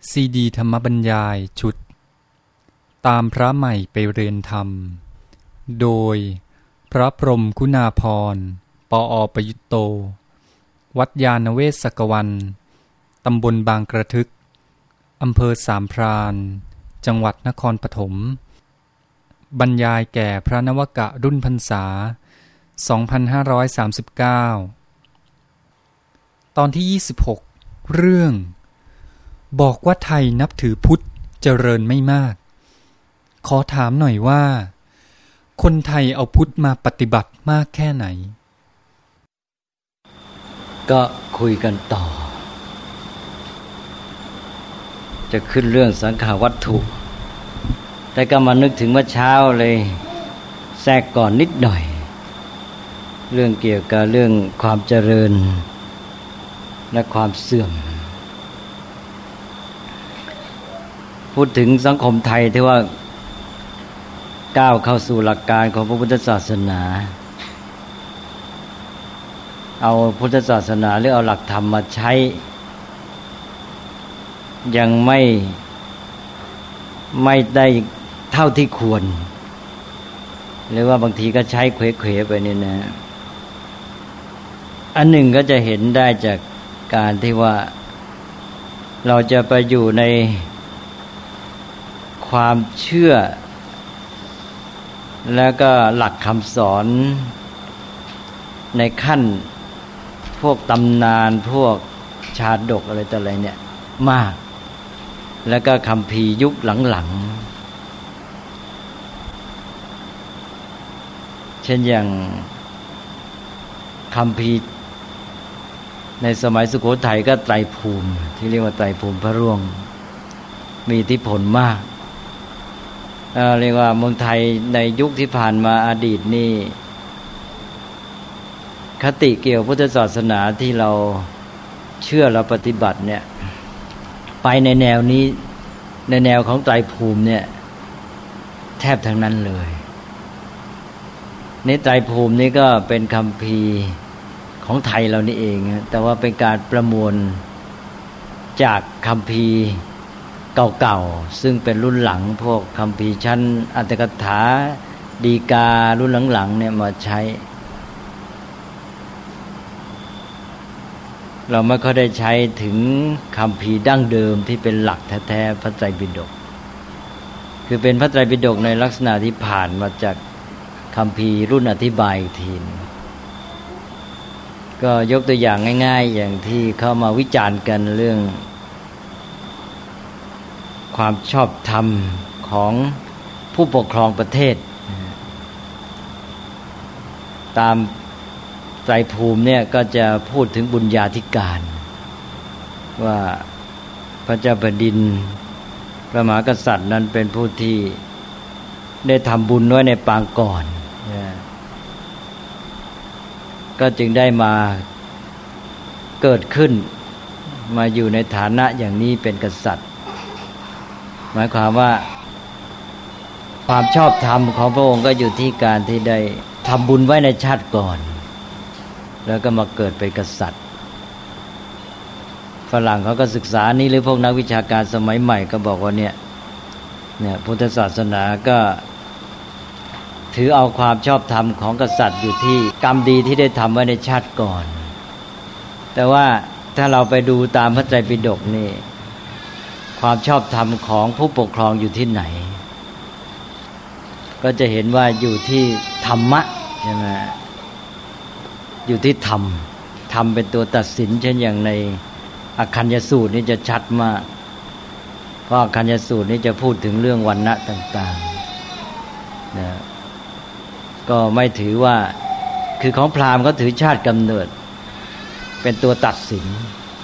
ซีดีธรรมบรรยายชุดตามพระใหม่ไปเรียนธรรมโดยพระพรหมคุณาภรณ์ ปอ.ประยุตโต วัดยาณเวศกวัน ตำบลบางกระทึก อำเภอสามพรานจังหวัดนครปฐมบรรยายแก่พระนวกะรุ่นพรรษา 2539 ตอนที่ 26 เรื่องบอกว่าไทยนับถือพุทธเจริญไม่มากขอถามหน่อยว่าคนไทยเอาพุทธมาปฏิบัติมากแค่ไหนก็คุยกันต่อจะขึ้นเรื่องสังขารวัตถุแต่ก็มานึกถึงเมื่อเช้าเลยแทรกก่อนนิดหน่อยเรื่องเกี่ยวกับเรื่องความเจริญและความเสื่อมพูดถึงสังคมไทยที่ว่าก้าวเข้าสู่หลักการของพระพุทธศาสนาเอาพุทธศาสนาหรือเอาหลักธรรมมาใช้ยังไม่ได้เท่าที่ควรหรือว่าบางทีก็ใช้เขวๆไปนี่นะอันหนึ่งก็จะเห็นได้จากการที่ว่าเราจะไปอยู่ในความเชื่อแล้วก็หลักคำสอนในขั้นพวกตำนานพวกชาดกอะไรต่ออะไรเนี่ยมากแล้วก็คัมภีร์ยุคหลังๆเช่นอย่างคัมภีร์ในสมัยสุโขทัยก็ไตรภูมิที่เรียกว่าไตรภูมิพระร่วงมีอิทธิพลมากเรียกว่าเมืองไทยในยุคที่ผ่านมาอดีตนี่คติเกี่ยวพุทธศาสนาที่เราเชื่อเราปฏิบัติเนี่ยไปในแนวนี้ในแนวของไตรภูมิเนี่ยแทบทั้งนั้นเลยในไตรภูมินี้ก็เป็นคัมภีร์ของไทยเรานี่เองแต่ว่าเป็นการประมวลจากคัมภีร์เก่าๆซึ่งเป็นรุ่นหลังพวกคัมภีร์ชั้นอัตถกถาดีการุ่นหลังๆเนี่ยมาใช้เราไม่ค่อยได้ใช้ถึงคัมภีร์ดั้งเดิมที่เป็นหลักแท้ๆพระไตรปิฎกคือเป็นพระไตรปิฎกในลักษณะที่ผ่านมาจากคัมภีร์รุ่นอธิบายอีกทีก็ยกตัวอย่างง่ายๆอย่างที่เข้ามาวิจารณ์กันเรื่องความชอบธรรมของผู้ปกครองประเทศตามไตรภูมิเนี่ยก็จะพูดถึงบุญญาธิการว่าพระเจ้าแผ่นดินพระมหากษัตริย์นั้นเป็นผู้ที่ได้ทำบุญไว้ในปางก่อนก็จึงได้มาเกิดขึ้นมาอยู่ในฐานะอย่างนี้เป็นกษัตริย์หมายความว่าความชอบธรรมของพระองค์ก็อยู่ที่การที่ได้ทำบุญไว้ในชาติก่อนแล้วก็มาเกิดเป็นกษัตริย์ฝรั่งเขาก็ศึกษานี้หรือพวกนักวิชาการสมัยใหม่ก็บอกว่าเนี่ยพุทธศาสนาก็ถือเอาความชอบธรรมของกษัตริย์อยู่ที่กรรมดีที่ได้ทำไว้ในชาติก่อนแต่ว่าถ้าเราไปดูตามพระไตรปิฎกนี่ความชอบธรรมของผู้ปกครองอยู่ที่ไหนก็จะเห็นว่าอยู่ที่ธรรมะใช่ไหมอยู่ที่ธรรมเป็นตัวตัดสินเช่นอย่างในอคัญญสูตรนี่จะชัดมากเพราะอคัญญสูตรนี่จะพูดถึงเรื่องวรรณะต่างๆนะก็ไม่ถือว่าคือของพราหมณ์ก็ถือชาติกำเนิดเป็นตัวตัดสิน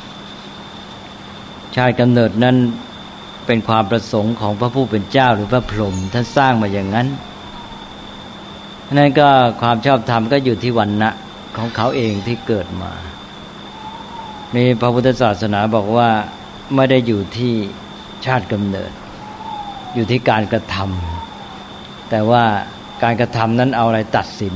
ชาติกำเนิดนั้นเป็นความประสงค์ของพระผู้เป็นเจ้าหรือพระพรหมท่านสร้างมาอย่างนั้นนั่นก็ความชอบธรรมก็อยู่ที่วรรณะของเขาเองที่เกิดมามีพระพุทธศาสนาบอกว่าไม่ได้อยู่ที่ชาติกำเนิดอยู่ที่การกระทำแต่ว่าการกระทำนั้นเอาอะไรตัดสิน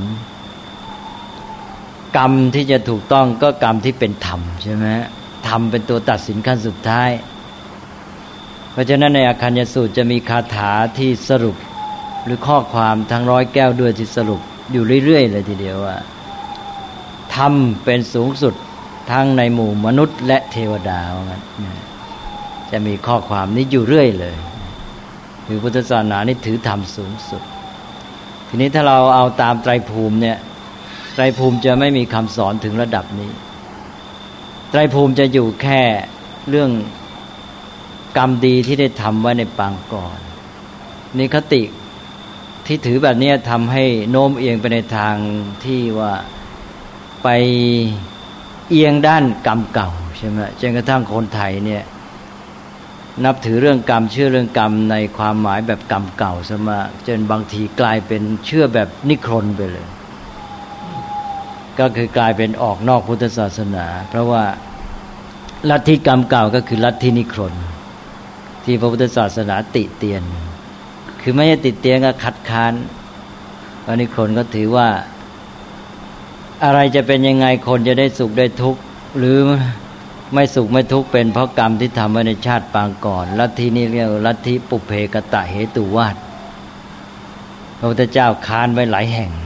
กรรมที่จะถูกต้องก็กรรมที่เป็นธรรมใช่ไหมธรรมเป็นตัวตัดสินขั้นสุดท้ายเพราะฉะนั้นในอาคัญญสูตรจะมีคาถาที่สรุปหรือข้อความทั้งร้อยแก้วด้วยที่สรุปอยู่เรื่อยๆเลยทีเดียวว่าธรรมเป็นสูงสุดทั้งในหมู่มนุษย์และเทวดาว่างั้นจะมีข้อความนี้อยู่เรื่อยเลยคือพุทธศาสนานี่ถือธรรมสูงสุดทีนี้ถ้าเราเอาตามไตรภูมิเนี่ยไตรภูมิจะไม่มีคำสอนถึงระดับนี้ไตรภูมิจะอยู่แค่เรื่องกรรมดีที่ได้ทำไว้ในปางก่อนนี่คติที่ถือแบบนี้ทำให้โน้มเอียงไปในทางที่ว่าไปเอียงด้านกรรมเก่าใช่ไหมจนกระทั่งคนไทยเนี่ยนับถือเรื่องกรรมเชื่อเรื่องกรรมในความหมายแบบกรรมเก่าซะมากจนบางทีกลายเป็นเชื่อแบบนิครนไปเลยก็คือกลายเป็นออกนอกพุทธศาสนาเพราะว่าลัทธิกรรมเก่าก็คือลัทธินิครนที่พระพุทธศาสนาติเตียนคือไม่ใช่ติเตียนก็คัดค้านเพราะนิครนก็ถือว่าอะไรจะเป็นยังไงคนจะได้สุขได้ทุกข์หรือไม่สุขไม่ทุกข์เป็นเพราะกรรมที่ทำไว้ในชาติปางก่อนลัทธินี้เรียกลัทธิปุเพกตะเหตุวาทพระพุทธเจ้าค้านไว้หลายแห่ง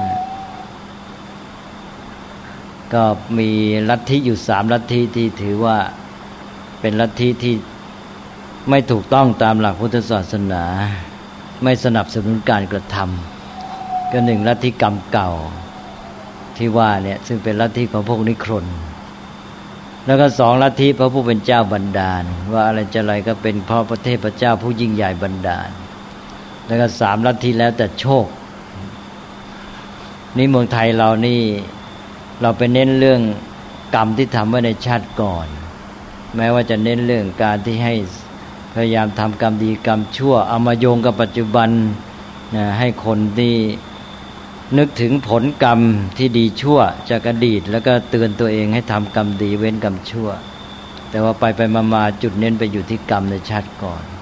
ก็มีลัทธิอยู่3ลัทธิที่ถือว่าเป็นลัทธิที่ไม่ถูกต้องตามหลักพุทธศาสนาไม่สนับสนุนการกระทำก็1ลัทธิกรรมเก่าที่ว่าเนี่ยซึ่งเป็นลัทธิของพวกนิครนแล้วก็2ลัทธิพระผู้เป็นเจ้าบันดาลว่าอะไรจะอะไรก็เป็นเพราะพระเทพเจ้าผู้ยิ่งใหญ่บันดาลแล้วก็3ลัทธิแล้วแต่โชคนี่เมืองไทยเรานี่เราไปเน้นเรื่องกรรมที่ทำไว้ในชาติก่อนแม้ว่าจะเน้นเรื่องการที่ให้พยายามทำกรรมดีกรรมชั่วเอามาโยงกับปัจจุบันนะให้คนที่นึกถึงผลกรรมที่ดีชั่วจากอดีตแล้วก็เตือนตัวเองให้ทำกรรมดีเว้นกรรมชั่วแต่ว่าไปมาจุดเน้นไปอยู่ที่กรรมในชาติก่อน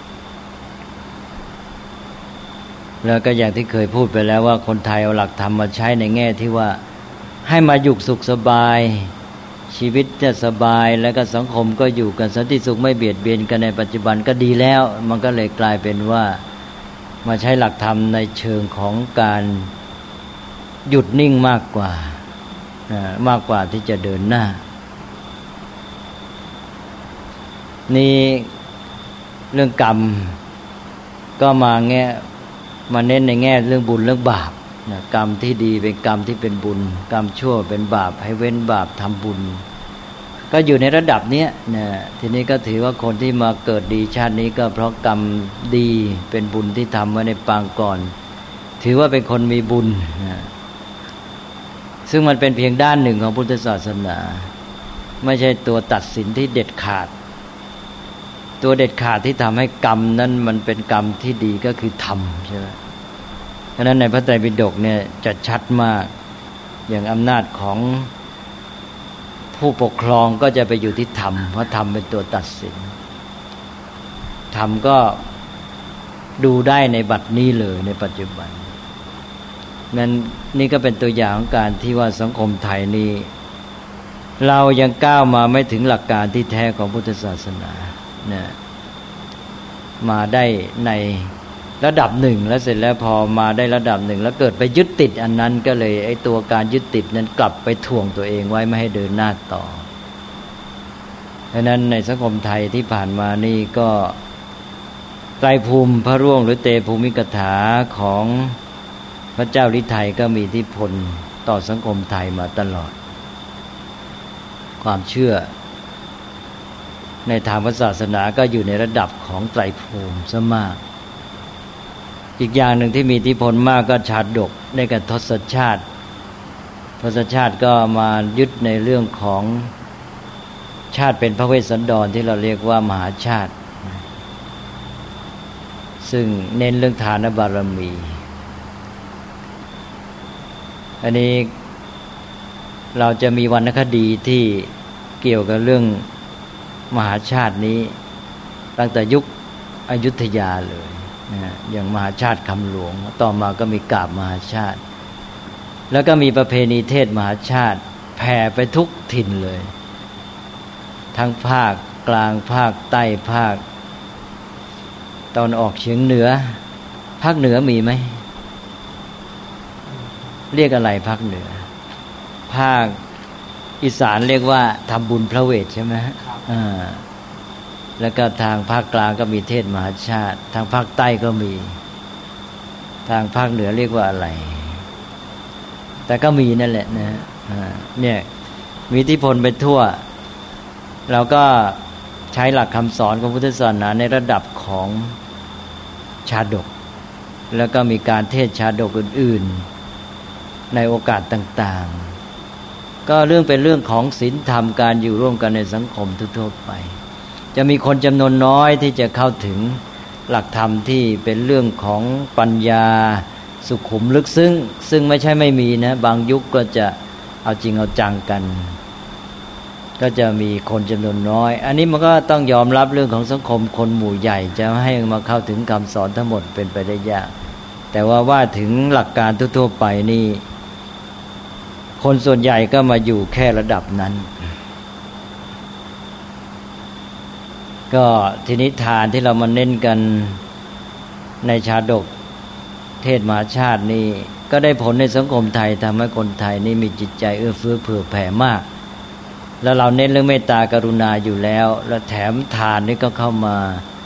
แล้วก็อย่างที่เคยพูดไปแล้วว่าคนไทยเอาหลักธรรมมาใช้ในแง่ที่ว่าให้มาอยู่สุขสบายชีวิตจะสบายแล้วก็สังคมก็อยู่กันสันติสุขไม่เบียดเบียนกันในปัจจุบันก็ดีแล้วมันก็เลยกลายเป็นว่ามาใช้หลักธรรมในเชิงของการหยุดนิ่งมากกว่าที่จะเดินหน้านี่เรื่องกรรมก็มาเน้นในแง่เรื่องบุญเรื่องบาปนะกรรมที่ดีเป็นกรรมที่เป็นบุญกรรมชั่วเป็นบาปให้เว้นบาปทำบุญก็อยู่ในระดับนี้นะทีนี้ก็ถือว่าคนที่มาเกิดดีชาตินี้ก็เพราะกรรมดีเป็นบุญที่ทำไว้ในปางก่อนถือว่าเป็นคนมีบุญนะซึ่งมันเป็นเพียงด้านหนึ่งของพุทธศาสนาไม่ใช่ตัวตัดสินที่เด็ดขาดตัวเด็ดขาดที่ทำให้กรรมนั้นมันเป็นกรรมที่ดีก็คือธรรมใช่ไหมเพราะฉะนั้นในพระไตรปิฎกเนี่ยจะชัดมากอย่างอำนาจของผู้ปกครองก็จะไปอยู่ที่ธรรมเพราะธรรมเป็นตัวตัดสินธรรมก็ดูได้ในบัดนี้เลยในปัจจุบันนั้นนี่ก็เป็นตัวอย่างของการที่ว่าสังคมไทยนี้เรายังก้าวมาไม่ถึงหลักการที่แท้ของพุทธศาสนานะมาได้ในระดับหนึ่งแล้วเสร็จแล้วพอมาได้ระดับหนึ่งแล้วเกิดไปยึดติดอันนั้นก็เลยไอ้ตัวการยึดติดนั้นกลับไปถ่วงตัวเองไว้ไม่ให้เดินหน้าต่อเพราะนั้นในสังคมไทยที่ผ่านมานี่ก็ไตรภูมิพระร่วงหรือเตภูมิกถาของพระเจ้าฤทัยก็มีอิทธิพลต่อสังคมไทยมาตลอดความเชื่อในทางศาสนาก็อยู่ในระดับของไตรภูมิซะมากอีกอย่างหนึ่งที่มีอิทธิพลมากก็ชาดกในกับทศชาติก็มายึดในเรื่องของชาติเป็นพระเวสสันดรที่เราเรียกว่ามหาชาติซึ่งเน้นเรื่องทานบารมีอันนี้เราจะมีวรรณคดีที่เกี่ยวกับเรื่องมหาชาตินี้ตั้งแต่ยุคอยุธยาเลยนะอย่างมหาชาติคำหลวงต่อมาก็มีกาบมหาชาติแล้วก็มีประเพณีเทศมหาชาติแผ่ไปทุกถิ่นเลยทั้งภาคกลางภาคใต้ภาคตอนออกเฉียงเหนือภาคเหนือมีไหมเรียกอะไรภาคเหนือภาคอีสานเรียกว่าทำบุญพระเวทใช่ไหมแล้วก็ทางภาคกลางก็มีเทศมหาชาติทางภาคใต้ก็มีทางภาคเหนือเรียกว่าอะไรแต่ก็มีนั่นแหละนะเนี่ยมีอิทธิพลไปทั่วเราก็ใช้หลักคำสอนของพุทธศาสนาในระดับของชาดกแล้วก็มีการเทศชาดกอื่นๆในโอกาสต่างๆก็เป็นเรื่องของศีลธรรมการอยู่ร่วมกันในสังคมทั่วๆไปจะมีคนจำนวนน้อยที่จะเข้าถึงหลักธรรมที่เป็นเรื่องของปัญญาสุขุมลึกซึ้งซึ่งไม่ใช่ไม่มีนะบางยุคก็จะเอาจริงเอาจังกันก็จะมีคนจำนวนน้อยอันนี้มันก็ต้องยอมรับเรื่องของสังคมคนหมู่ใหญ่จะให้มาเข้าถึงคำสอนทั้งหมดเป็นไปได้ยากแต่ว่าถึงหลักการทั่วๆไปนี่คนส่วนใหญ่ก็มาอยู่แค่ระดับนั้นก็ทีนี้ทานที่เรามาเน้นกันในชาดกเทศมหาชาตินี่ก็ได้ผลในสังคมไทยทำให้คนไทยนี่มีจิตใจเอื้อเฟื้อเผื่อแผ่มากแล้วเราเน้นเรื่องเมตตากรุณาอยู่แล้วแล้วแถมทานนี่ก็เข้ามา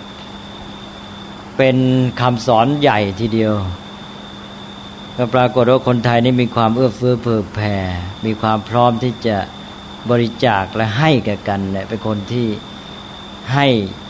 เป็นคำสอนใหญ่ทีเดียวก็ปรากฏว่าคนไทยนี่มีความเอื้อเฟื้อเผื่อแผ่มีความพร้อมที่จะบริจาคและให้แก่กันเนี่ยเป็นคนที่ให้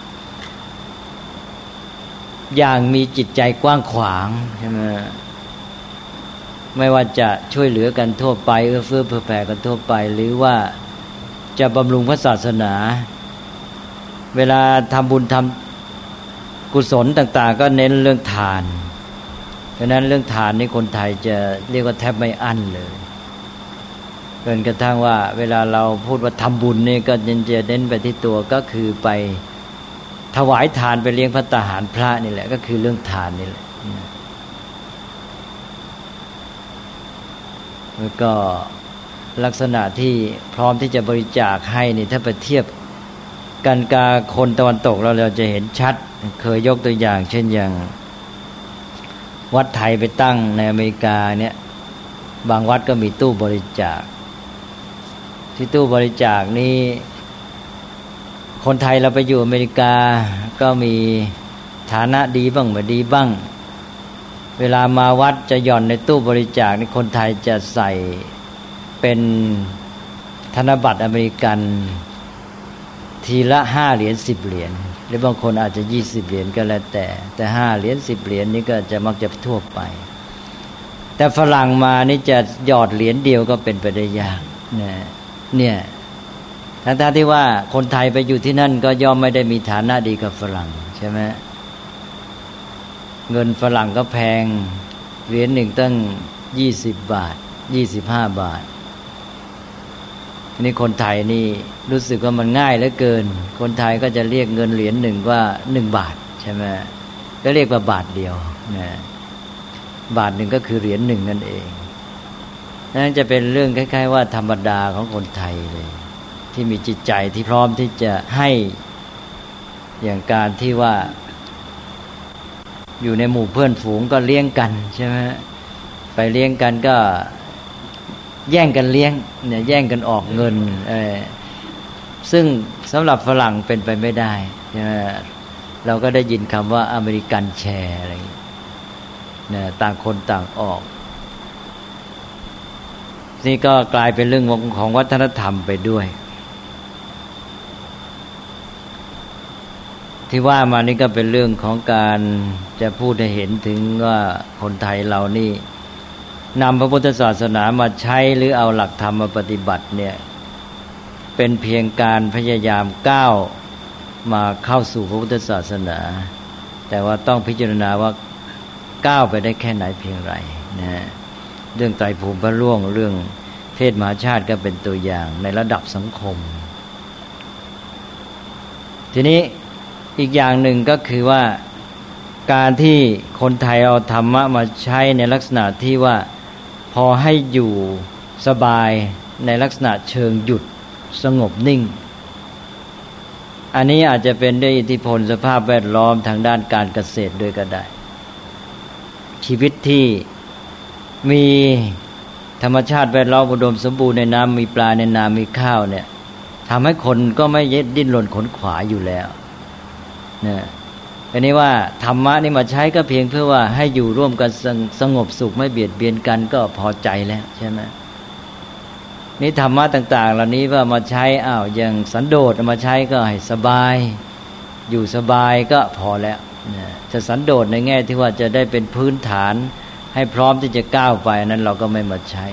อย่างมีจิตใจกว้างขวางใช่ไหมไม่ว่าจะช่วยเหลือกันทั่วไปเอื้อเฟื้อเผื่อแผ่กันทั่วไปหรือว่าจะบำรุงพระศาสนาเวลาทำบุญทำกุศลต่างๆก็เน้นเรื่องทานเพราะนั้นเรื่องทานนี่คนไทยจะเรียกว่าแทบไม่อั้นเลยจนกระทั่งว่าเวลาเราพูดว่าทำบุญนี่ก็จะเน้นไปที่ตัวก็คือไปถวายทานไปเลี้ยงภัตตาหารพระนี่แหละก็คือเรื่องทานนี่แหละแล้วก็ลักษณะที่พร้อมที่จะบริจาคให้นี่ถ้าไปเทียบกันกับคนตะวันตกเราจะเห็นชัดเคยยกตัวอย่างเช่นอย่างวัดไทยไปตั้งในอเมริกาเนี่ยบางวัดก็มีตู้บริจาคที่ตู้บริจาคนี้คนไทยเราไปอยู่อเมริกาก็มีฐานะดีบ้างไม่ดีบ้างเวลามาวัดจะหย่อนในตู้บริจาคนี่คนไทยจะใส่เป็นธนบัตรอเมริกันทีละ5เหรียญ10เหรียญหรือบางคนอาจจะ20เหรียญก็แล้วแต่5เหรียญ10เหรียญนี่ก็จะมักจะทั่วไปแต่ฝรั่งมานี่จะหยอดเหรียญเดียวก็เป็นไปได้ยากเนี่ยทั้งที่ว่าคนไทยไปอยู่ที่นั่นก็ย่อมไม่ได้มีฐานะดีกับฝรั่งใช่ไหมเงินฝรั่งก็แพงเหรียญหนึ่งตั้ง20 บาท25 บาทนี่คนไทยนี่รู้สึกว่ามันง่ายเหลือเกินคนไทยก็จะเรียกเงินเหรียญหนึ่งว่า1 บาทใช่ไหมก็เรียกว่าบาทเดียวนะบาทหนึ่งก็คือเหรียญหนึ่งนั่นเองนั่นจะเป็นเรื่องคล้ายๆว่าธรรมดาของคนไทยเลยที่มีจิตใจที่พร้อมที่จะให้อย่างการที่ว่าอยู่ในหมู่เพื่อนฝูงก็เลี้ยงกันใช่ไหมไปเลี้ยงกันก็แย่งกันเลี้ยงเนี่ยแย่งกันออกเงินซึ่งสำหรับฝรั่งเป็นไปไม่ได้ใช่ไหมเราก็ได้ยินคำว่าอเมริกันแชร์อะไรเนี่ยต่างคนต่างออกนี่ก็กลายเป็นเรื่องของวัฒนธรรมไปด้วยที่ว่ามานี่ก็เป็นเรื่องของการจะพูดให้เห็นถึงว่าคนไทยเรานี่นำพระพุทธศาสนามาใช้หรือเอาหลักธรรมมาปฏิบัติเนี่ยเป็นเพียงการพยายามก้าวมาเข้าสู่พระพุทธศาสนาแต่ว่าต้องพิจารณาว่าก้าวไปได้แค่ไหนเพียงไรนะเรื่องไตรภูมิพระร่วงเรื่องเทศมหาชาติก็เป็นตัวอย่างในระดับสังคมทีนี้อีกอย่างหนึ่งก็คือว่าการที่คนไทยเอาธรรมะมาใช้ในลักษณะที่ว่าพอให้อยู่สบายในลักษณะเชิงหยุดสงบนิ่งอันนี้อาจจะเป็นด้วยอิทธิพลสภาพแวดล้อมทางด้านการเกษตรด้วยก็ได้ชีวิตที่มีธรรมชาติแวดล้อมอุดมสมบูรณ์ในน้ำมีปลาในนามีข้าวเนี่ยทำให้คนก็ไม่ดิ้นรนขนขวายอยู่แล้วนะอันนี้ว่าธรรมะนี่มาใช้ก็เพียงเพื่อว่าให้อยู่ร่วมกันสงบสุขไม่เบียดเบียนกันก็พอใจแล้วใช่ไหมนี่ธรรมะต่างๆเหล่านี้ว่ามาใช้อย่างสันโดษมาใช้ก็ให้สบายอยู่สบายก็พอแล้วจะสันโดษในแง่ที่ว่าจะได้เป็นพื้นฐานให้พร้อมที่จะก้าวไปนั้นเราก็ไม่มาใช้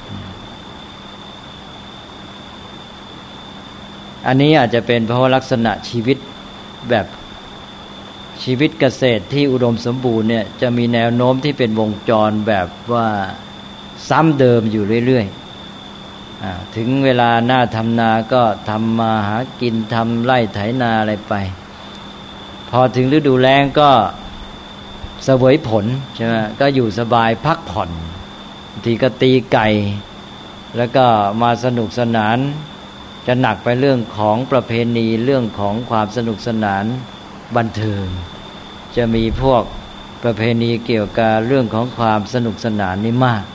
อันนี้อาจจะเป็นเพราะว่าลักษณะชีวิตแบบชีวิตเกษตรที่อุดมสมบูรณ์เนี่ยจะมีแนวโน้มที่เป็นวงจรแบบว่าซ้ำเดิมอยู่เรื่อยๆถึงเวลาหน้าทำนาก็ทำมาหากินทำไร่ไถนาอะไรไปพอถึงฤดูแล้งก็เสวยผลใช่ไหมก็อยู่สบายพักผ่อนทีก็ตีไก่แล้วก็มาสนุกสนานจะหนักไปเรื่องของประเพณีเรื่องของความสนุกสนานบันเทิงจะมีพวกประเพณีเกี่ยวกับเรื่องของความสนุกสนานนี่มาก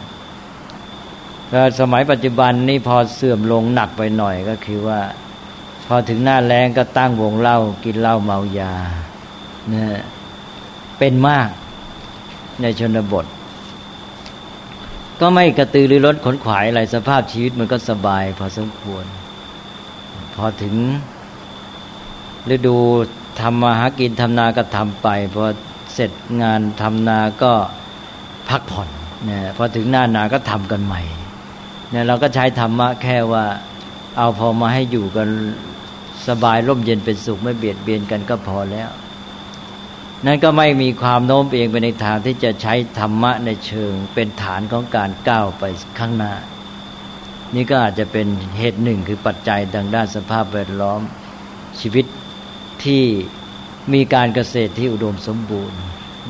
แล้วสมัยปัจจุบันนี่พอเสื่อมลงหนักไปหน่อยก็คือว่าพอถึงหน้าแล้งก็ตั้งวงเหล้ากินเหล้าเมายาเนี่ยเป็นมากในชนบทก็ไม่กระตือรือร้นขนขวายอะไรสภาพชีวิตมันก็สบายพอสมควรพอถึงฤดูทำมาหากินทำนาก็ทำไปพอเสร็จงานทำนาก็พักผ่อนเนี่ยพอถึงหน้านาก็ทำกันใหม่เนี่ยเราก็ใช้ธรรมะแค่ว่าเอาพอมาให้อยู่กันสบายร่มเย็นเป็นสุขไม่เบียดเบียนกันก็พอแล้วนั่นก็ไม่มีความโน้มเอียงไปในทางที่จะใช้ธรรมะในเชิงเป็นฐานของการก้าวไปข้างหน้านี่ก็อาจจะเป็นเหตุหนึ่งคือปัจจัยทางด้านสภาพแวดล้อมชีวิตที่มีการเกษตรที่อุดมสมบูรณ์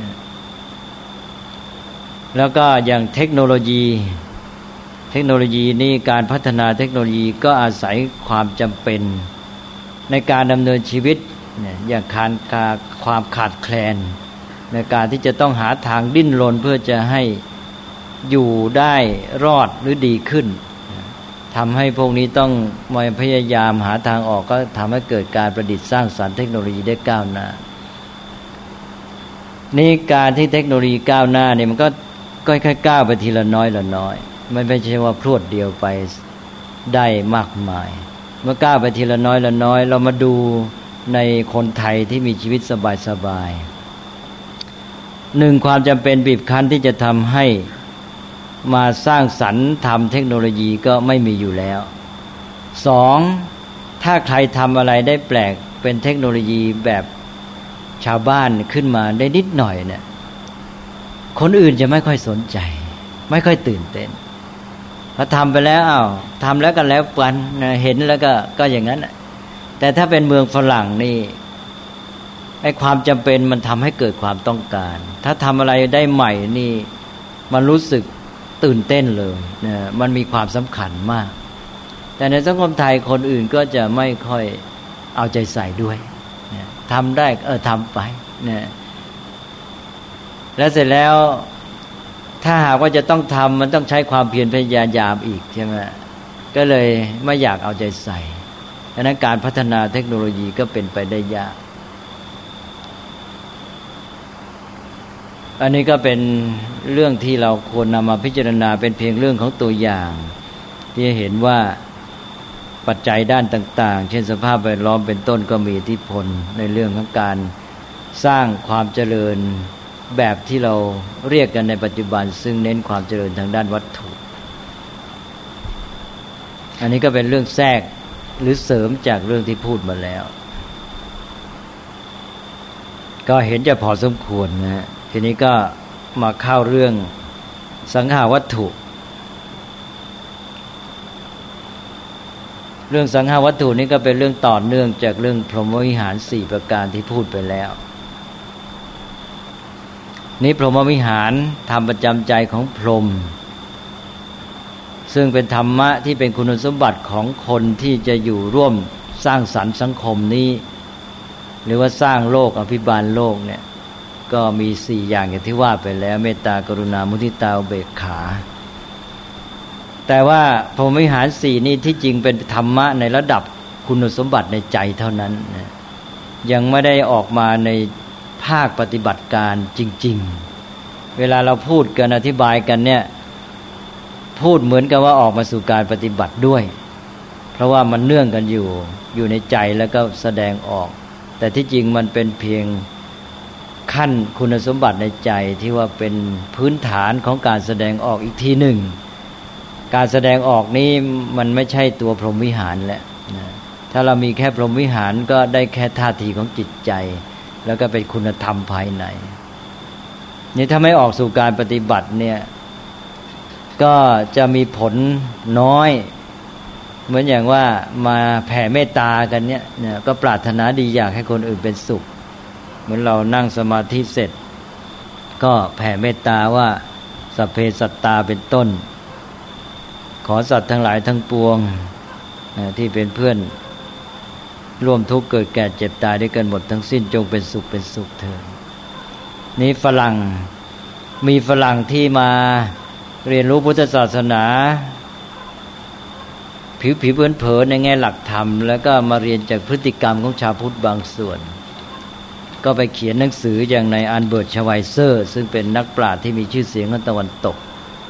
แล้วก็อย่างเทคโนโลยีนี่การพัฒนาเทคโนโลยีก็อาศัยความจำเป็นในการดำเนินชีวิตอย่างความขาดแคลนในการที่จะต้องหาทางดิ้นรนเพื่อจะให้อยู่ได้รอดหรือดีขึ้นทำให้พวกนี้ต้องมาพยายามหาทางออกก็ทำให้เกิดการประดิษฐ์สร้างสรรค์เทคโนโลยีได้ก้าวหน้านี่การที่เทคโนโลยีก้าวหน้าเนี่ยมันก็ค่อยๆก้าวไปทีละน้อยละน้อยมันไม่ใช่ว่าพรวดเดียวไปได้มากมายเมื่อก้าวไปทีละน้อยละน้อยเรามาดูในคนไทยที่มีชีวิตสบายๆหนึ่งความจำเป็นบีบคั้นที่จะทำให้มาสร้างสรรค์ทำเทคโนโลยีก็ไม่มีอยู่แล้วสองถ้าใครทำอะไรได้แปลกเป็นเทคโนโลยีแบบชาวบ้านขึ้นมาได้นิดหน่อยเนี่ยคนอื่นจะไม่ค่อยสนใจไม่ค่อยตื่นเต้นพอทำไปแล้วทำแล้วก็แล้วกันเห็นแล้วก็อย่างนั้นแต่ถ้าเป็นเมืองฝรั่งนี่ไอ้ความจำเป็นมันทำให้เกิดความต้องการถ้าทำอะไรได้ใหม่นี่มันรู้สึกตื่นเต้นเลยนะมันมีความสำคัญมากแต่ในสังคมไทยคนอื่นก็จะไม่ค่อยเอาใจใส่ด้วยนะทำได้ทำไปนะแล้วเสร็จแล้วถ้าหากว่าจะต้องทำมันต้องใช้ความเพียรพยายามอีกใช่ไหมก็เลยไม่อยากเอาใจใส่ดังนั้นการพัฒนาเทคโนโลยีก็เป็นไปได้ยากอันนี้ก็เป็นเรื่องที่เราควรนำมาพิจารณาเป็นเพียงเรื่องของตัวอย่างที่เห็นว่าปัจจัยด้านต่างๆเช่นสภาพแวดล้อมเป็นต้นก็มีอิทธิพลในเรื่องของการสร้างความเจริญแบบที่เราเรียกกันในปัจจุบันซึ่งเน้นความเจริญทางด้านวัตถุอันนี้ก็เป็นเรื่องแทรกหรือเสริมจากเรื่องที่พูดมาแล้วก็เห็นจะพอสมควรนะทีนี้ก็มาเข้าเรื่องสังหาวัตถุเรื่องสังหาวัตถุนี้ก็เป็นเรื่องต่อเนื่องจากเรื่องพรหมวิหาร4ประการที่พูดไปแล้วนี้พรหมวิหารธรรมประจำใจของพรหมซึ่งเป็นธรรมะที่เป็นคุณสมบัติของคนที่จะอยู่ร่วมสร้างสรรค์สังคมนี้หรือว่าสร้างโลกอภิบาลโลกเนี่ยก็มี4อย่างอย่างที่ว่าไปแล้วเมตตากรุณามุทิตาอุเบกขาแต่ว่าพรหมวิหาร4นี้ที่จริงเป็นธรรมะในระดับคุณสมบัติในใจเท่านั้นนะยังไม่ได้ออกมาในภาคปฏิบัติการจริงๆเวลาเราพูดกันอธิบายกันเนี่ยพูดเหมือนกับว่าออกมาสู่การปฏิบัติด้วยเพราะว่ามันเนื่องกันอยู่ในใจแล้วก็แสดงออกแต่ที่จริงมันเป็นเพียงขั้นคุณสมบัติในใจที่ว่าเป็นพื้นฐานของการแสดงออกอีกทีหนึ่งการแสดงออกนี้มันไม่ใช่ตัวพรหมวิหารแหละถ้าเรามีแค่พรหมวิหารก็ได้แค่ท่าทีของจิตใจแล้วก็เป็นคุณธรรมภายในนี่ถ้าไม่ออกสู่การปฏิบัติเนี่ยก็จะมีผลน้อยเหมือนอย่างว่ามาแผ่เมตตากันเนี่ยก็ปรารถนาดีอยากให้คนอื่นเป็นสุขเหมือนเรานั่งสมาธิเสร็จก็แผ่เมตตาว่าสัพเพสัตตาเป็นต้นขอสัตว์ทั้งหลายทั้งปวงที่เป็นเพื่อนร่วมทุกข์เกิดแก่เจ็บตายด้วยกันหมดทั้งสิ้นจงเป็นสุขเถิดนี้ฝรั่งมีฝรั่งที่มาเรียนรู้พุทธศาสนาผิวเผินๆในแง่หลักธรรมแล้วก็มาเรียนจากพฤติกรรมของชาวพุทธบางส่วนก็ไปเขียนหนังสืออย่างในอันเบิร์ตชไวเซอร์ซึ่งเป็นนักปราชญ์ที่มีชื่อเสียงในตะวันตก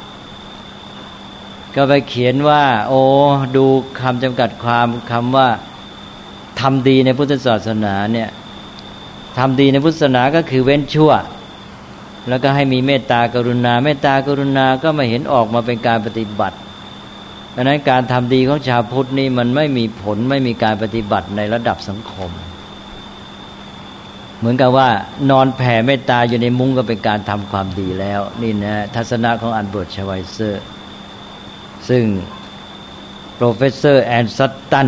ก็ไปเขียนว่าโอ้ดูคำจำกัดความคำว่าทำดีในพุทธศาสนาเนี่ยทำดีในพุทธศาสนาก็คือเว้นชั่วแล้วก็ให้มีเมตตากรุณาเมตตากรุณาก็ไม่เห็นออกมาเป็นการปฏิบัติดังนั้นการทำดีของชาวพุทธนี่มันไม่มีผลไม่มีการปฏิบัติในระดับสังคมเหมือนกับว่านอนแผ่เมตตาอยู่ในมุ้งก็เป็นการทำความดีแล้วนี่นะทัศนะของอันเบิร์ตชไวเซอร์ซึ่งโปรเฟสเซอร์แอนซัตตัน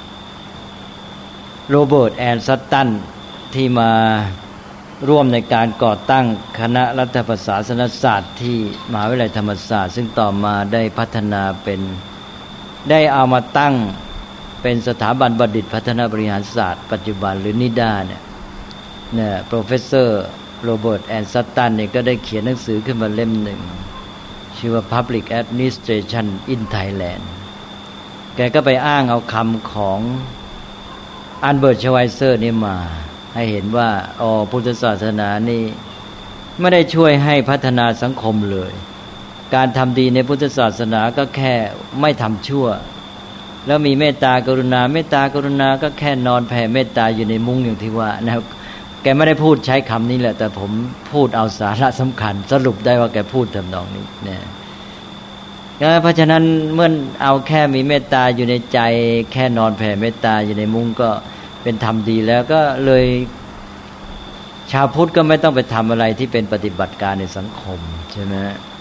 โรเบิร์ตแอนซัตตันที่มาร่วมในการก่อตั้งคณะรัฐประศาสนศาสตร์ที่มหาวิทยาลัยธรรมศาสตร์ซึ่งต่อมาได้พัฒนาเป็นได้เอามาตั้งเป็นสถาบันบัณฑิตพัฒนาบริหารศาสตร์ปัจจุบันหรือนิด้าเนี่ยโปรเฟสเซอร์โรเบิร์ตแอนซัตตันเนี่ยก็ได้เขียนหนังสือขึ้นมาเล่มหนึ่งชื่อว่า Public Administration in Thailand แกก็ไปอ้างเอาคำของอันเบิร์ตชไวเซอร์นี่มาให้เห็นว่าพุทธศาสนานี่ไม่ได้ช่วยให้พัฒนาสังคมเลยการทำดีในพุทธศาสนาก็แค่ไม่ทำชั่วแล้วมีเมตตากรุณาเมตตากรุณาก็แค่นอนแผ่เมตตาอยู่ในมุ้งอย่างที่ว่านะแกไม่ได้พูดใช้คำนี้แหละแต่ผมพูดเอาสาระสำคัญสรุปได้ว่าแกพูดทำนองนี้นะเพราะฉะนั้นเมื่อเอาแค่มีเมตตาอยู่ในใจแค่นอนแผ่เมตตาอยู่ในมุ้งก็เป็นทำดีแล้วก็เลยชาวพุทธก็ไม่ต้องไปทำอะไรที่เป็นปฏิบัติการในสังคมใช่ไหม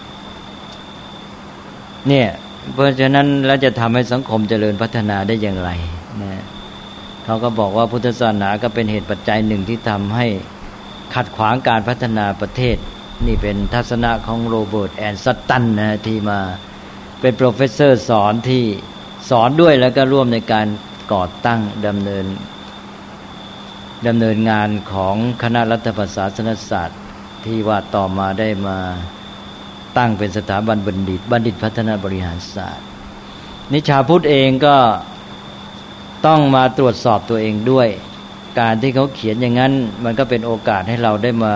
เนี่ยเพราะฉะนั้นแล้วจะทำให้สังคมเจริญพัฒนาได้อย่างไรนะเขาก็บอกว่าพุทธศาสนาก็เป็นเหตุปัจจัยหนึ่งที่ทำให้ขัดขวางการพัฒนาประเทศนี่เป็นทัศนะของโรเบิร์ตแอนซัตตันนะที่มาเป็นโปรเฟสเซอร์สอนที่สอนด้วยแล้วก็ร่วมในการก่อตั้งดำเนินงานของคณะรัฐประศาสนศาสตร์ที่ว่าต่อมาได้มาตั้งเป็นสถาบันบัณฑิตพัฒนาบริหารศาสตร์นิชาพุทธเองก็ต้องมาตรวจสอบตัวเองด้วยการที่เขาเขียนอย่างนั้นมันก็เป็นโอกาสให้เราได้มา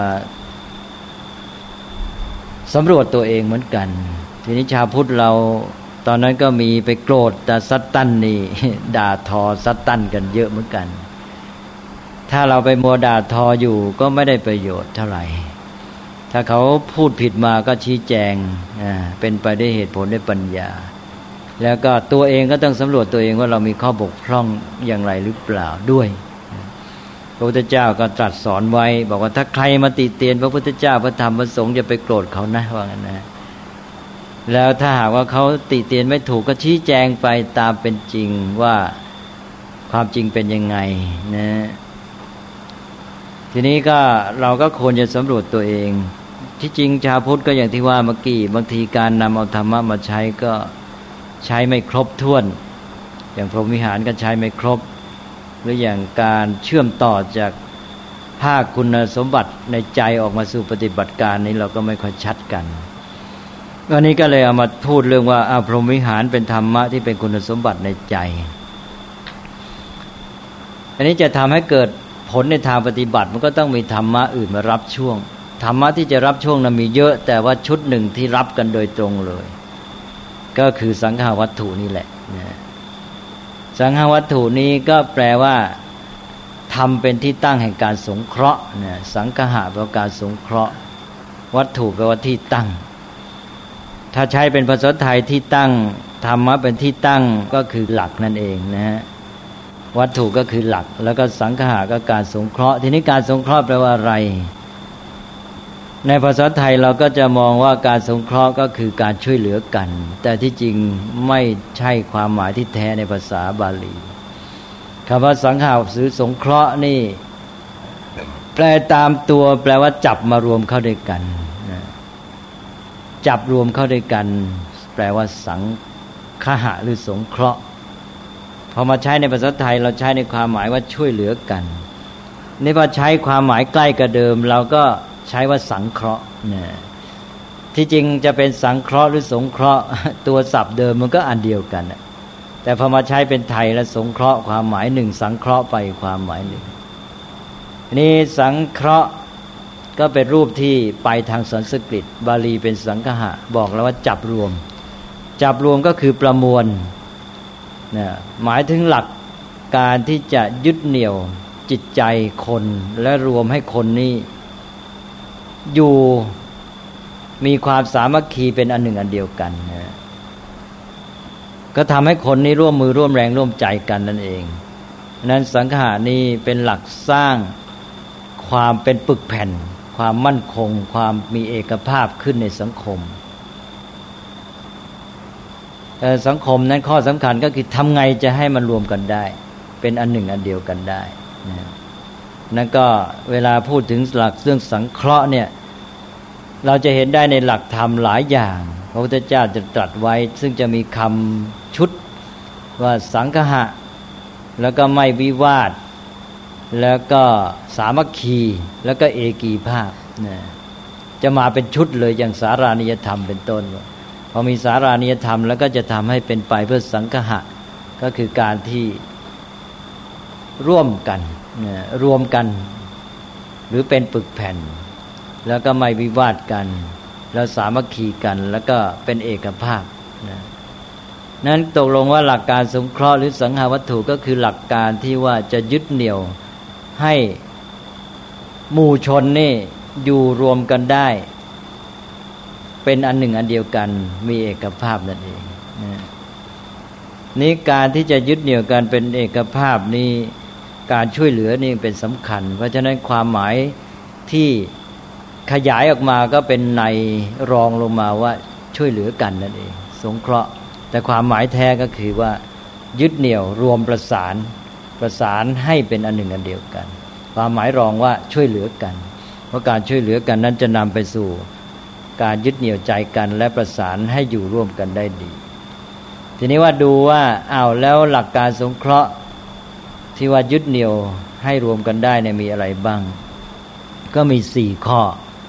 สำรวจตัวเองเหมือนกันทีนี้ชาวพุทธเราตอนนั้นก็มีไปโกรธแต่ซัตตันนี่ด่าทอซัตตันกันเยอะเหมือนกันถ้าเราไปมัวด่าทออยู่ก็ไม่ได้ประโยชน์เท่าไหร่ถ้าเขาพูดผิดมาก็ชี้แจงเป็นไปด้วยเหตุผลด้วยปัญญาแล้วก็ตัวเองก็ต้องสำรวจตัวเองว่าเรามีข้อบกพร่องอย่างไรหรือเปล่าด้วยพระพุทธเจ้าก็ตรัสสอนไว้บอกว่าถ้าใครมาติเตียนพระพุทธเจ้าพระธรรมพระสงฆ์อย่าไปโกรธเขานะว่างั้นนะแล้วถ้าหากว่าเขาติเตียนไม่ถูกก็ชี้แจงไปตามเป็นจริงว่าความจริงเป็นยังไงนะทีนี้ก็เราก็ควรจะสำรวจตัวเองที่จริงชาวพุทธก็อย่างที่ว่าเมื่อกี้บางทีการนำเอาธรรมะมาใช้ก็ใช้ไม่ครบถ้วนอย่างพรหมวิหารก็ใช้ไม่ครบหรืออย่างการเชื่อมต่อจากภาคคุณสมบัติในใจออกมาสู่ปฏิบัติการนี้เราก็ไม่ค่อยชัดกันวันนี้ก็เลยเอามาพูดเรื่องว่าพรหมวิหารเป็นธรรมะที่เป็นคุณสมบัติในใจอันนี้จะทำให้เกิดผลในทางปฏิบัติมันก็ต้องมีธรรมะอื่นมารับช่วงธรรมะที่จะรับช่วงนั้นมีเยอะแต่ว่าชุดหนึ่งที่รับกันโดยตรงเลยก็คือสังฆวัตถุนี่แหละสังฆวัตถุนี้ก็แปลว่าทำเป็นที่ตั้งแห่งการสงเคราะห์สังฆะแปลว่าการสงเคราะห์วัตถุแปลว่าที่ตั้งถ้าใช้เป็นภาษาไทยที่ตั้งธรรมะเป็นที่ตั้งก็คือหลักนั่นเองนะฮะวัตถุก็คือหลักแล้วก็สังฆะก็การสงเคราะห์ทีนี้การสงเคราะห์แปลว่าอะไรในภาษาไทยเราก็จะมองว่าการสงเคราะห์ก็คือการช่วยเหลือกันแต่ที่จริงไม่ใช่ความหมายที่แท้ในภาษาบาลีคำว่าสังฆะหรือสงเคราะห์นี่แปลตามตัวแปลว่าจับมารวมเข้าด้วยกันจับรวมเข้าด้วยกันแปลว่าสังฆะหรือสงเคราะห์พอมาใช้ในภาษาไทยเราใช้ในความหมายว่าช่วยเหลือกันนี่พอใช้ความหมายใกล้กับเดิมเราก็ใช้ว่าสังเคราะห์ที่จริงจะเป็นสังเคราะห์หรือสงเคราะห์ตัวศัพท์เดิมมันก็อันเดียวกันแต่พอมาใช้เป็นไทยแล้วสงเคราะห์ความหมายหนึ่งสังเคราะห์ไปความหมายหนึ่งนี่สังเคราะห์ก็เป็นรูปที่ไปทางสันสกฤตบาลีเป็นสังฆะบอกแล้วว่าจับรวมก็คือประมวลหมายถึงหลักการที่จะยึดเหนี่ยวจิตใจคนและรวมให้คนนี้อยู่มีความสามัคคีเป็นอันหนึ่งอันเดียวกันก็ทำให้คนนี้ร่วมมือร่วมแรงร่วมใจกันนั่นเองนั้นสังฆะนี้เป็นหลักสร้างความเป็นปึกแผ่นความมั่นคงความมีเอกภาพขึ้นในสังคมสังคมนั้นข้อสำคัญก็คือทำไงจะให้มันรวมกันได้เป็นอันหนึ่งอันเดียวกันได้นั่นก็เวลาพูดถึงหลักเรื่องสังเคราะห์เนี่ยเราจะเห็นได้ในหลักธรรมหลายอย่างพระพุทธเจ้าจะตรัสไว้ซึ่งจะมีคำชุดว่าสังฆะแล้วก็ไม่วิวาทแล้วก็สามัคคีแล้วก็เอกีภาพจะมาเป็นชุดเลยอย่างสารานิยธรรมเป็นต้นพอมีสารานิยธรรมแล้วก็จะทำให้เป็นไปเพื่อสังฆะก็คือการที่ร่วมกันรวมกันหรือเป็นปึกแผ่นแล้วก็ไม่วิวาทกันแล้วสามัคคีกันแล้วก็เป็นเอกภาพนั้นตกลงว่าหลักการสงเคราะห์หรือสังฆวัตถุก็คือหลักการที่ว่าจะยึดเหนี่ยวให้หมู่ชนนี่อยู่รวมกันได้เป็นอันหนึ่งอันเดียวกันมีเอกภาพนั่นเองนี่การที่จะยึดเหนี่ยวกันเป็นเอกภาพนี้การช่วยเหลือนี่เป็นสำคัญเพราะฉะนั้นความหมายที่ขยายออกมาก็เป็นในรองลงมาว่าช่วยเหลือกันนั่นเองสงเคราะห์แต่ความหมายแท้ก็คือว่ายึดเหนี่ยวรวมประสานให้เป็นอันหนึ่งอันเดียวกันความหมายรองว่าช่วยเหลือกันเพราะการช่วยเหลือกันนั้นจะนำไปสู่การยึดเหนี่ยวใจกันและประสานให้อยู่ร่วมกันได้ดีทีนี้ว่าดูว่าแล้วหลักการสงเคราะห์ที่ว่ายึดเหนี่ยวให้รวมกันได้เนี่ยมีอะไรบ้างก็มี4ข้อ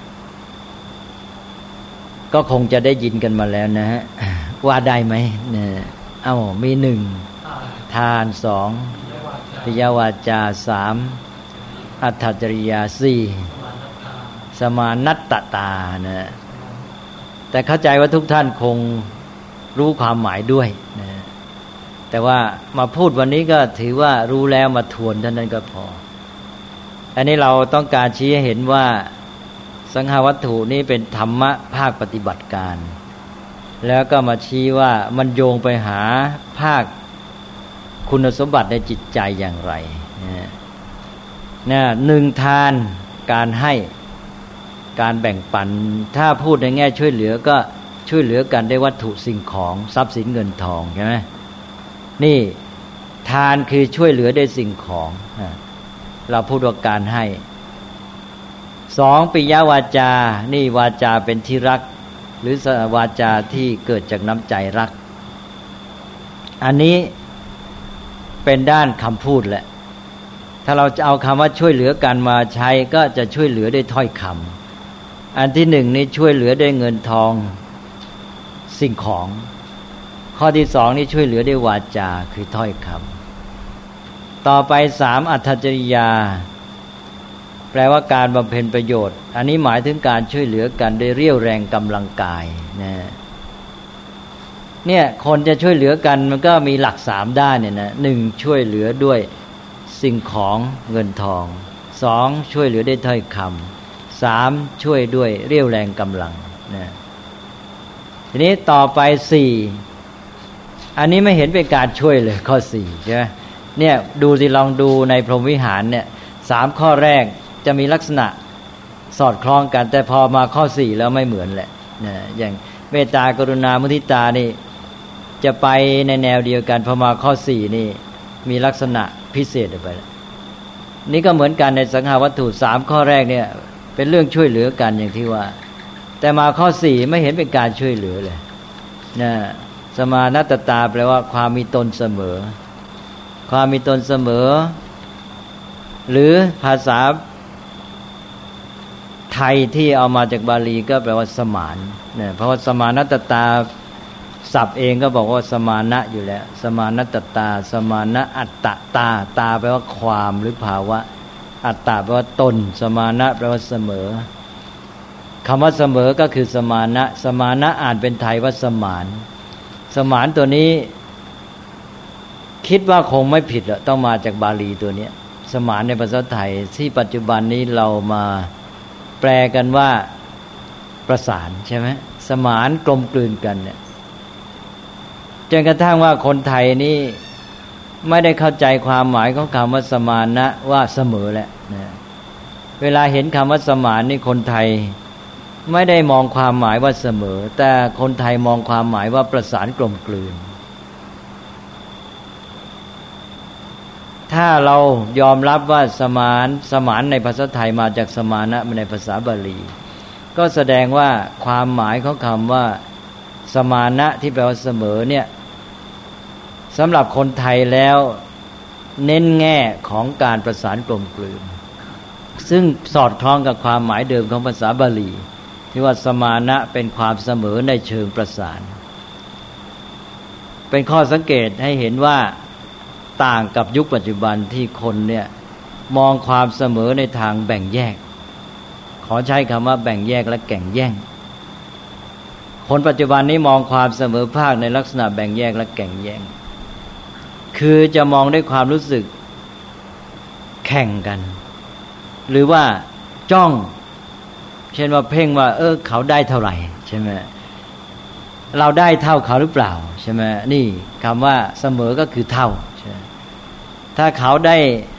ก็คงจะได้ยินกันมาแล้วนะฮะว่าได้ไหมเนี่ยมี1ทาน2ปิยวาจา3อัตถจริยา4สมานัตตานะแต่เข้าใจว่าทุกท่านคงรู้ความหมายด้วยนะแต่ว่ามาพูดวันนี้ก็ถือว่ารู้แล้วมาทวนเท่านั้นก็พออันนี้เราต้องการชี้ให้เห็นว่าสังฆวัตถุนี้เป็นธรรมะภาคปฏิบัติการแล้วก็มาชี้ว่ามันโยงไปหาภาคคุณสมบัติในจิตใจอย่างไร1ทานการให้การแบ่งปันถ้าพูดในแง่ช่วยเหลือก็ช่วยเหลือกันได้วัตถุสิ่งของทรัพย์สินเงินทองใช่ไหมนี่ทานคือช่วยเหลือได้สิ่งของเราพูดว่าการให้2ปิยวาจานี่วาจาเป็นที่รักหรือวาจาที่เกิดจากน้ำใจรักอันนี้เป็นด้านคำพูดแหละถ้าเราจะเอาคำว่าช่วยเหลือกันมาใช้ก็จะช่วยเหลือด้วยถ้อยคำอันที่หนึ่งนี้ช่วยเหลือด้วยเงินทองสิ่งของข้อที่สองนี่ช่วยเหลือด้วยวาจาคือถ้อยคำต่อไปสามอัตถจริยาแปลว่าการบำเพ็ญประโยชน์อันนี้หมายถึงการช่วยเหลือกันด้วยเรี่ยวแรงกำลังกายเนี่ยคนจะช่วยเหลือกันมันก็มีหลักสามด้านเนี่ยนะหนึ่งช่วยเหลือด้วยสิ่งของเงินทองสองช่วยเหลือด้วยถ้อยคำสามช่วยด้วยเรี่ยวแรงกำลังนะทีนี้ต่อไปสี่อันนี้ไม่เห็นเป็นการช่วยเลยข้อสี่ใช่ไหมเนี่ยดูสิลองดูในพรหมวิหารเนี่ยสามข้อแรกจะมีลักษณะสอดคล้องกันแต่พอมาข้อสี่แล้วไม่เหมือนแหละนะอย่างเมตตากรุณามุทิตานี่จะไปในแนวเดียวกันพอมาข้อสี่นี่มีลักษณะพิเศษไปแล้วนี่ก็เหมือนกันในสังหาวัตถุสามข้อแรกเนี่ยเป็นเรื่องช่วยเหลือกันอย่างที่ว่าแต่มาข้อสี่ไม่เห็นเป็นการช่วยเหลือเลยนะสมานัตตาแปลว่าความมีตนเสมอความมีตนเสมอหรือภาษาไทยที่เอามาจากบาลีก็แปลว่าสมานเนี่ยเพราะว่าสมานัตตาศัพท์เองก็บอกว่าสมานะอยู่แล้วสมานัตตาสมานะอัตตะตาตาแปลว่าความหรือภาวะอัตตะแปลว่าตนสมานะแปลว่าเสมอคำว่าเสมอก็คือสมานะสมานะอ่านเป็นไทยว่าสมานสมานตัวนี้คิดว่าคงไม่ผิดอะต้องมาจากบาลีตัวนี้สมานในภาษาไทยที่ปัจจุบันนี้เรามาแปลกันว่าประสานใช่ไหมสมานกลมกลืนกันเนี่ยจนกระทั่งว่าคนไทยนี่ไม่ได้เข้าใจความหมายของคำว่าสมานะว่าเสมอแหละนะเวลาเห็นคำว่าสมานนี่คนไทยไม่ได้มองความหมายว่าเสมอแต่คนไทยมองความหมายว่าประสานกลมกลืนถ้าเรายอมรับว่าสมานในภาษาไทยมาจากสมานะในภาษาบาลีก็แสดงว่าความหมายของคำว่าสมานะที่แปลว่าเสมอเนี่ยสำหรับคนไทยแล้วเน้นแง่ของการประสานกลมกลืนซึ่งสอดคล้องกับความหมายเดิมของภาษาบาลีที่ว่าสมานะเป็นความเสมอในเชิงประสานเป็นข้อสังเกตให้เห็นว่าต่างกับยุคปัจจุบันที่คนเนี่ยมองความเสมอในทางแบ่งแยกขอใช้คำว่าแบ่งแยกและแข่งแย่งคนปัจจุบันนี้มองความเสมอภาคในลักษณะแบ่งแยกและแข่งแย่งคือจะมองด้วยความรู้สึกแข่งกันหรือว่าจ้องเช่นว่าเพ่งว่าเขาได้เท่าไหร่ใช่ไหมเราได้เท่าเขาหรือเปล่าใช่ไหมนี่คำว่าเสมอก็คือเท่าใช่ถ้าเขาได้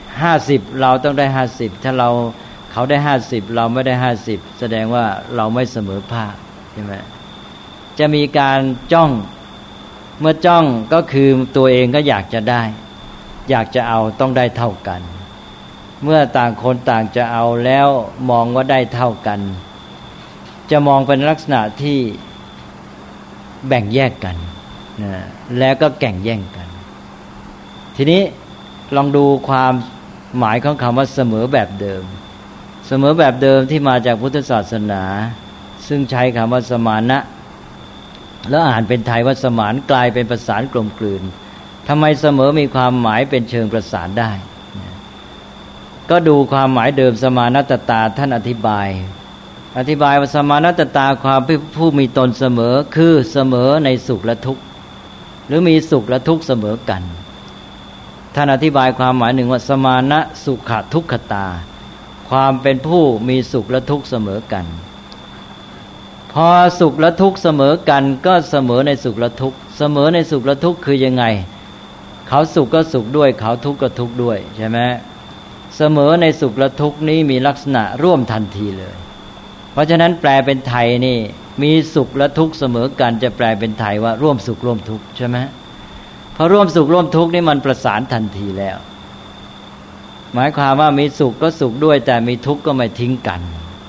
50เราต้องได้50ถ้าเขาได้50เราไม่ได้50แสดงว่าเราไม่เสมอภาคใช่ไหมจะมีการจ้องเมื่อจ้องก็คือตัวเองก็อยากจะได้อยากจะเอาต้องได้เท่ากันเมื่อต่างคนต่างจะเอาแล้วมองว่าได้เท่ากันจะมองเป็นลักษณะที่แบ่งแยกกันนะแล้วก็แข่งแย่งกันทีนี้ลองดูความหมายของคำว่าเสมอแบบเดิมเสมอแบบเดิมที่มาจากพุทธศาสนาซึ่งใช้คำว่าสมานะแล้วอ่านเป็นไทยว่าสมานกลายเป็นประสานกลมกลืนทำไมเสมอมีความหมายเป็นเชิงประสานได้ก็ดูความหมายเดิมสมานัตตาท่านอธิบายว่าสมานัตตาความผู้มีตนเสมอคือเสมอในสุขและทุกข์หรือมีสุขและทุกข์เสมอกันท่านอธิบายความหมายหนึ่งว่าสมานะสุขทุกขตาความเป็นผู้มีสุขและทุกข์เสมอกันพอสุขและทุกข์เสมอกันก็เสมอในสุขและทุกข์เสมอในสุขและทุกข์คือยังไงเขาสุขก็สุขด้วยเขาทุกข์ก็ทุกข์ด้วยใช่ไหมเสมอในสุขและทุกข์นี้มีลักษณะร่วมทันทีเลยเพราะฉะนั้นแปลเป็นไทยนี่มีสุขและทุกข์เสมอกันจะแปลเป็นไทยว่าร่วมสุขร่วมทุกข์ใช่ไหมพอร่วมสุขร่วมทุกข์นี่มันประสานทันทีแล้วหมายความว่ามีสุขก็สุขด้วยแต่มีทุกข์ก็ไม่ทิ้งกัน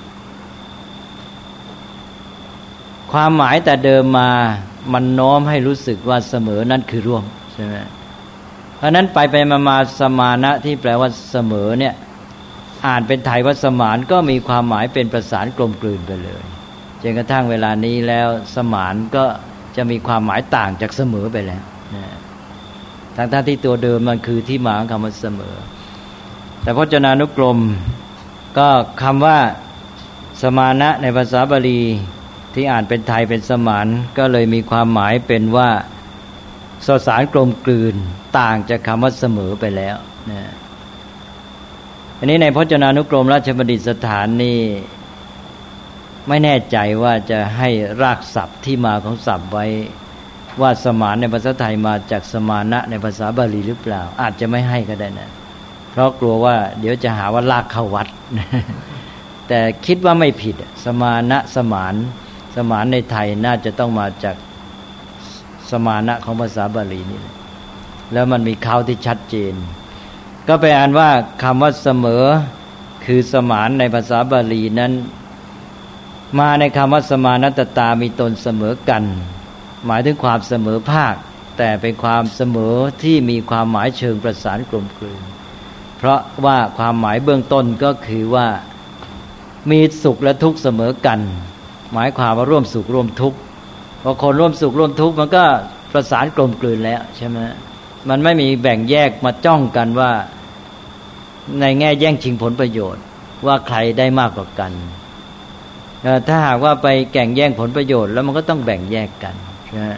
ความหมายแต่เดิมมามันโน้มให้รู้สึกว่าเสมอนั่นคือร่วมใช่ไหมเพราะนั้นไปมาสมานะที่แปลว่าเสมอเนี่ยอ่านเป็นไทยว่าสมานก็มีความหมายเป็นประสานกลมกลืนไปเลยจนกระทั่งเวลานี้แล้วสมานก็จะมีความหมายต่างจากเสมอไปแล้วนะทั้งที่ตัวเดิมมันคือที่มาของคำว่าเสมอแต่พจนานุกรมก็คำว่าสมานะในภาษาบาลีที่อ่านเป็นไทยเป็นสมานก็เลยมีความหมายเป็นว่าสสารกลมกลืนต่างจากคำว่าเสมอไปแล้วนะอันนี้ในพจนานุกรมราชบัณฑิตสถานนี่ไม่แน่ใจว่าจะให้รากศัพท์ที่มาของศัพท์ไว้ว่าสมานในภาษาไทยมาจากสมานะในภาษาบาลีหรือเปล่าอาจจะไม่ให้ก็ได้นะเพราะกลัวว่าเดี๋ยวจะหาว่าลากเข้าวัด แต่คิดว่าไม่ผิดสมานะสมานในไทยน่าจะต้องมาจากสมานะของภาษาบาลีนี่แหละแล้วมันมีเขาที่ชัดเจนก็ไปอ่านว่าคำว่าเสมอคือสมานในภาษาบาลีนั้นมาในคำว่าสมานัตตามีตนเสมอกันหมายถึงความเสมอภาคแต่เป็นความเสมอที่มีความหมายเชิงประสานกลมกลืนเพราะว่าความหมายเบื้องต้นก็คือว่ามีสุขและทุกข์เสมอกันหมายความว่าร่วมสุขร่วมทุกข์พอคนร่วมสุขร่วมทุกข์มันก็ประสานกลมกลืนแล้วใช่ไหมมันไม่มีแบ่งแยกมาจ้องกันว่าในแง่แย่งชิงผลประโยชน์ว่าใครได้มากกว่ากันถ้าหากว่าไปแข่งแย่งผลประโยชน์แล้วมันก็ต้องแบ่งแยกกันนะ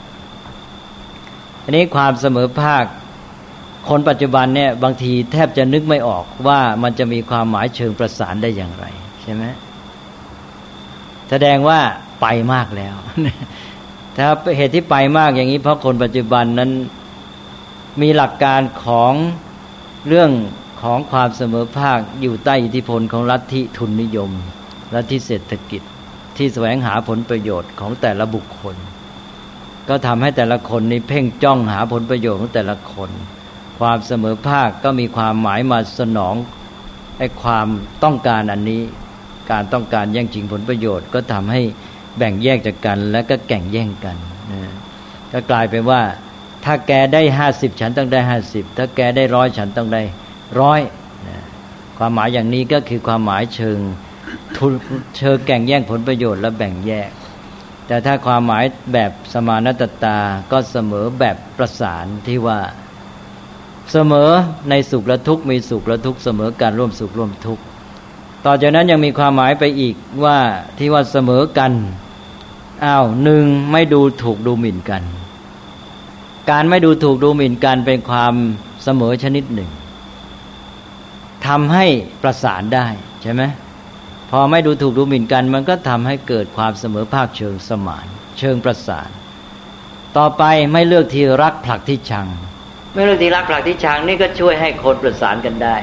อันนี้ความเสมอภาคคนปัจจุบันเนี่ยบางทีแทบจะนึกไม่ออกว่ามันจะมีความหมายเชิงประสานได้อย่างไรใช่ไหมแสดงว่าไปมากแล้วถ้าเหตุที่ไปมากอย่างนี้เพราะคนปัจจุบันนั้นมีหลักการของเรื่องของความเสมอภาคอยู่ใต้อิทธิพลของลัทธิทุนนิยมลัทธิเศรษฐกิจที่แสวงหาผลประโยชน์ของแต่ละบุคคลก็ทำให้แต่ละคนนี่เพ่งจ้องหาผลประโยชน์ของแต่ละคนความเสมอภาคก็มีความหมายมาสนองไอ้ความต้องการอันนี้การต้องการแย่งชิงผลประโยชน์ก็ทำให้แบ่งแยกจากกันและก็แข่งแย่งกันก็กลายเป็นว่าถ้าแกได้50ฉันต้องได้50ถ้าแกได้100ฉันต้องได้100ความหมายอย่างนี้ก็คือความหมายเชิงแข่งแย่งผลประโยชน์และแบ่งแยกแต่ถ้าความหมายแบบสมานัตตาก็เสมอแบบประสานที่ว่าเสมอในสุขและทุกข์มีสุขและทุกข์เสมอกันร่วมสุขร่วมทุกข์ต่อจากนั้นยังมีความหมายไปอีกว่าที่ว่าเสมอกันหนึ่งไม่ดูถูกดูหมิ่นกันการไม่ดูถูกดูหมิ่นกันเป็นความเสมอชนิดหนึ่งทำให้ประสานได้ใช่ไหมพอไม่ดูถูกดูหมิ่นกันมันก็ทำให้เกิดความเสมอภาคเชิงสมานเชิงประสานต่อไปไม่เลือกที่รักผลักที่ชังไม่เลือกที่รักผลักที่ชังนี่ก็ช่วยให้คนประสานกันได้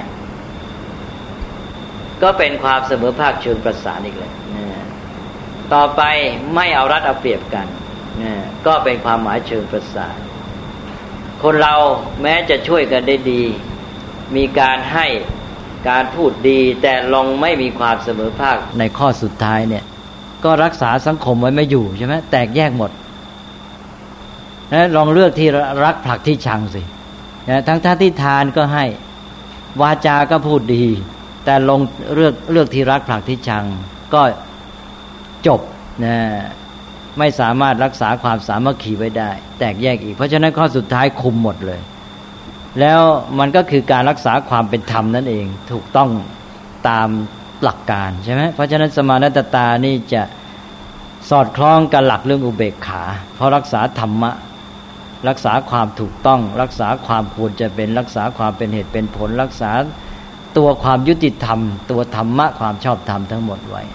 ก็เป็นความเสมอภาคเชิงประสานอีกเลยต่อไปไม่เอารัดเอาเปรียบกันก็เป็นความหมายเชิงประสานคนเราแม้จะช่วยกันได้ดีมีการให้การพูดดีแต่ลองไม่มีความเสมอภาคในข้อสุดท้ายเนี่ยก็รักษาสังคมไว้ไม่อยู่ใช่ไหมแตกแยกหมดลองเลือกที่รักผลักที่ชังสิทั้งที่ทานก็ให้วาจาก็พูดดีแต่ลงเลือกที่รักผลักที่ชังก็จบไม่สามารถรักษาความสามัคคีไว้ได้แตกแยกอีกเพราะฉะนั้นข้อสุดท้ายคุมหมดเลยแล้วมันก็คือการรักษาความเป็นธรรมนั่นเองถูกต้องตามหลักการใช่ไหมเพราะฉะนั้นสมานัตตานี่จะสอดคล้องกับหลักเรื่องอุเบกขาเพราะรักษาธรรมะรักษาความถูกต้องรักษาความควรจะเป็นรักษาความเป็นเหตุเป็นผลรักษาตัวความยุติธรรมตัวธรรมะความชอบธรรมทั้งหมดไว้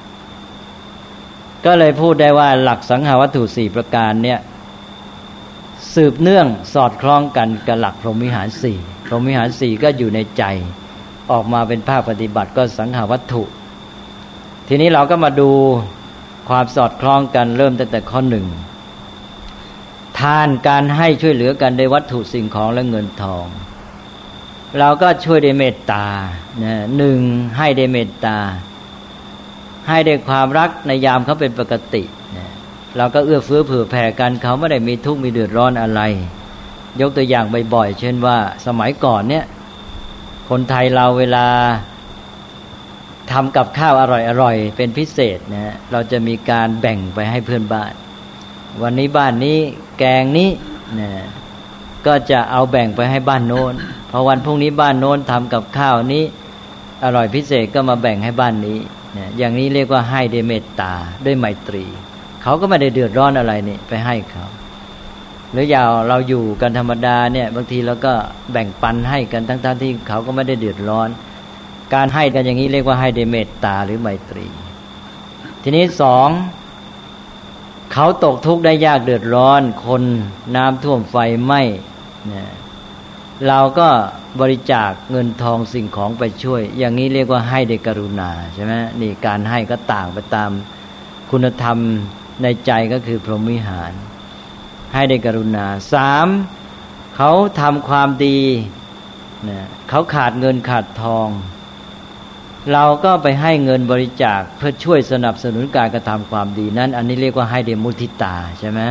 ก็เลยพูดได้ว่าหลักสังหาวัตถุ4ประการเนี่ยสืบเนื่องสอดคล้องกันกับหลักพรหมวิหาร4พรหมวิหาร4ก็อยู่ในใจออกมาเป็นภาคปฏิบัติก็สังหาวัตถุทีนี้เราก็มาดูความสอดคล้องกันเริ่มตั้งแต่ข้อ1ทานการให้ช่วยเหลือกันในวัตถุสิ่งของและเงินทองเราก็ช่วยด้วยเมตตาหนึ่งให้ด้วยเมตตาให้ด้วยความรักในยามเขาเป็นปกติเราก็เอื้อเฟื้อเผื่อแผ่กันเขาไม่ได้มีทุกข์มีเดือดร้อนอะไรยกตัวอย่างบ่อยๆเช่นว่าสมัยก่อนเนี่ยคนไทยเราเวลาทำกับข้าวอร่อยๆเป็นพิเศษนะเราจะมีการแบ่งไปให้เพื่อนบ้านวันนี้บ้านนี้แกงนี้นะก็จะเอาแบ่งไปให้บ้านโน้นพอวันพรุ่งนี้บ้านโน้นทำกับข้าวนี้อร่อยพิเศษก็มาแบ่งให้บ้านนี้นะอย่างนี้เรียกว่าให้ด้วยเมตตาด้วยไมตรีเขาก็ไม่ได้เดือดร้อนอะไรนี่ไปให้เขาหรืออย่างเราอยู่กันธรรมดาเนี่ยบางทีเราก็แบ่งปันให้กันทั้งๆที่เขาก็ไม่ได้เดือดร้อนการให้กันอย่างนี้เรียกว่าให้ด้วยเมตตาหรือไมตรีทีนี้สองเขาตกทุกข์ได้ยากเดือดร้อนคนน้ำท่วมไฟไหม้เนี่ยเราก็บริจาคเงินทองสิ่งของไปช่วยอย่างนี้เรียกว่าให้ด้วยกรุณาใช่ไหมนี่การให้ก็ต่างไปตามคุณธรรมในใจก็คือพรหมวิหารให้ด้วยกรุณาสามเขาทำความดีนะเขาขาดเงินขาดทองเราก็ไปให้เงินบริจาคเพื่อช่วยสนับสนุนการกระทำความดีนั้นอันนี้เรียกว่าให้ด้วยมุทิตาใช่ไหม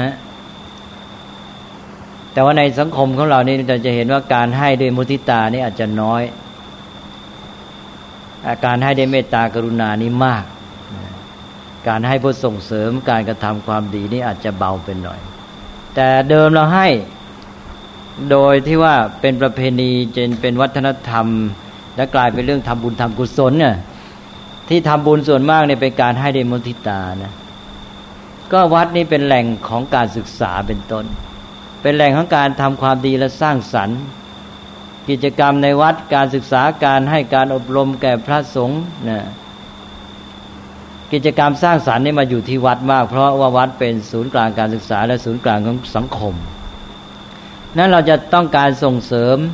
แต่ว่าในสังคมของเรานี่เราจะเห็นว่าการให้ด้วยมุทิตานี่อาจจะน้อยการให้ด้วยเมตตากรุณานี่มากการให้เพื่อส่งเสริมการกระทำความดีนี่อาจจะเบาไปหน่อยแต่เดิมเราให้โดยที่ว่าเป็นประเพณีจนเป็นวัฒนธรรมและกลายเป็นเรื่องทำบุญทำกุศลเนี่ยที่ทำบุญส่วนมากเนี่ยเป็นการให้ด้วยมุทิตานะก็วัดนี้เป็นแหล่งของการศึกษาเป็นต้นเป็นแหล่งของการทำความดีและสร้างสรรค์กิจกรรมในวัดการศึกษาการให้การอบรมแก่พระสงฆ์นะกิจกรรมสร้างสรรค์นี่มาอยู่ที่วัดมากเพราะว่าวัดเป็นศูนย์กลางการศึกษาและศูนย์กลางของสังคมนั้นเราจะต้องการส่งเสริม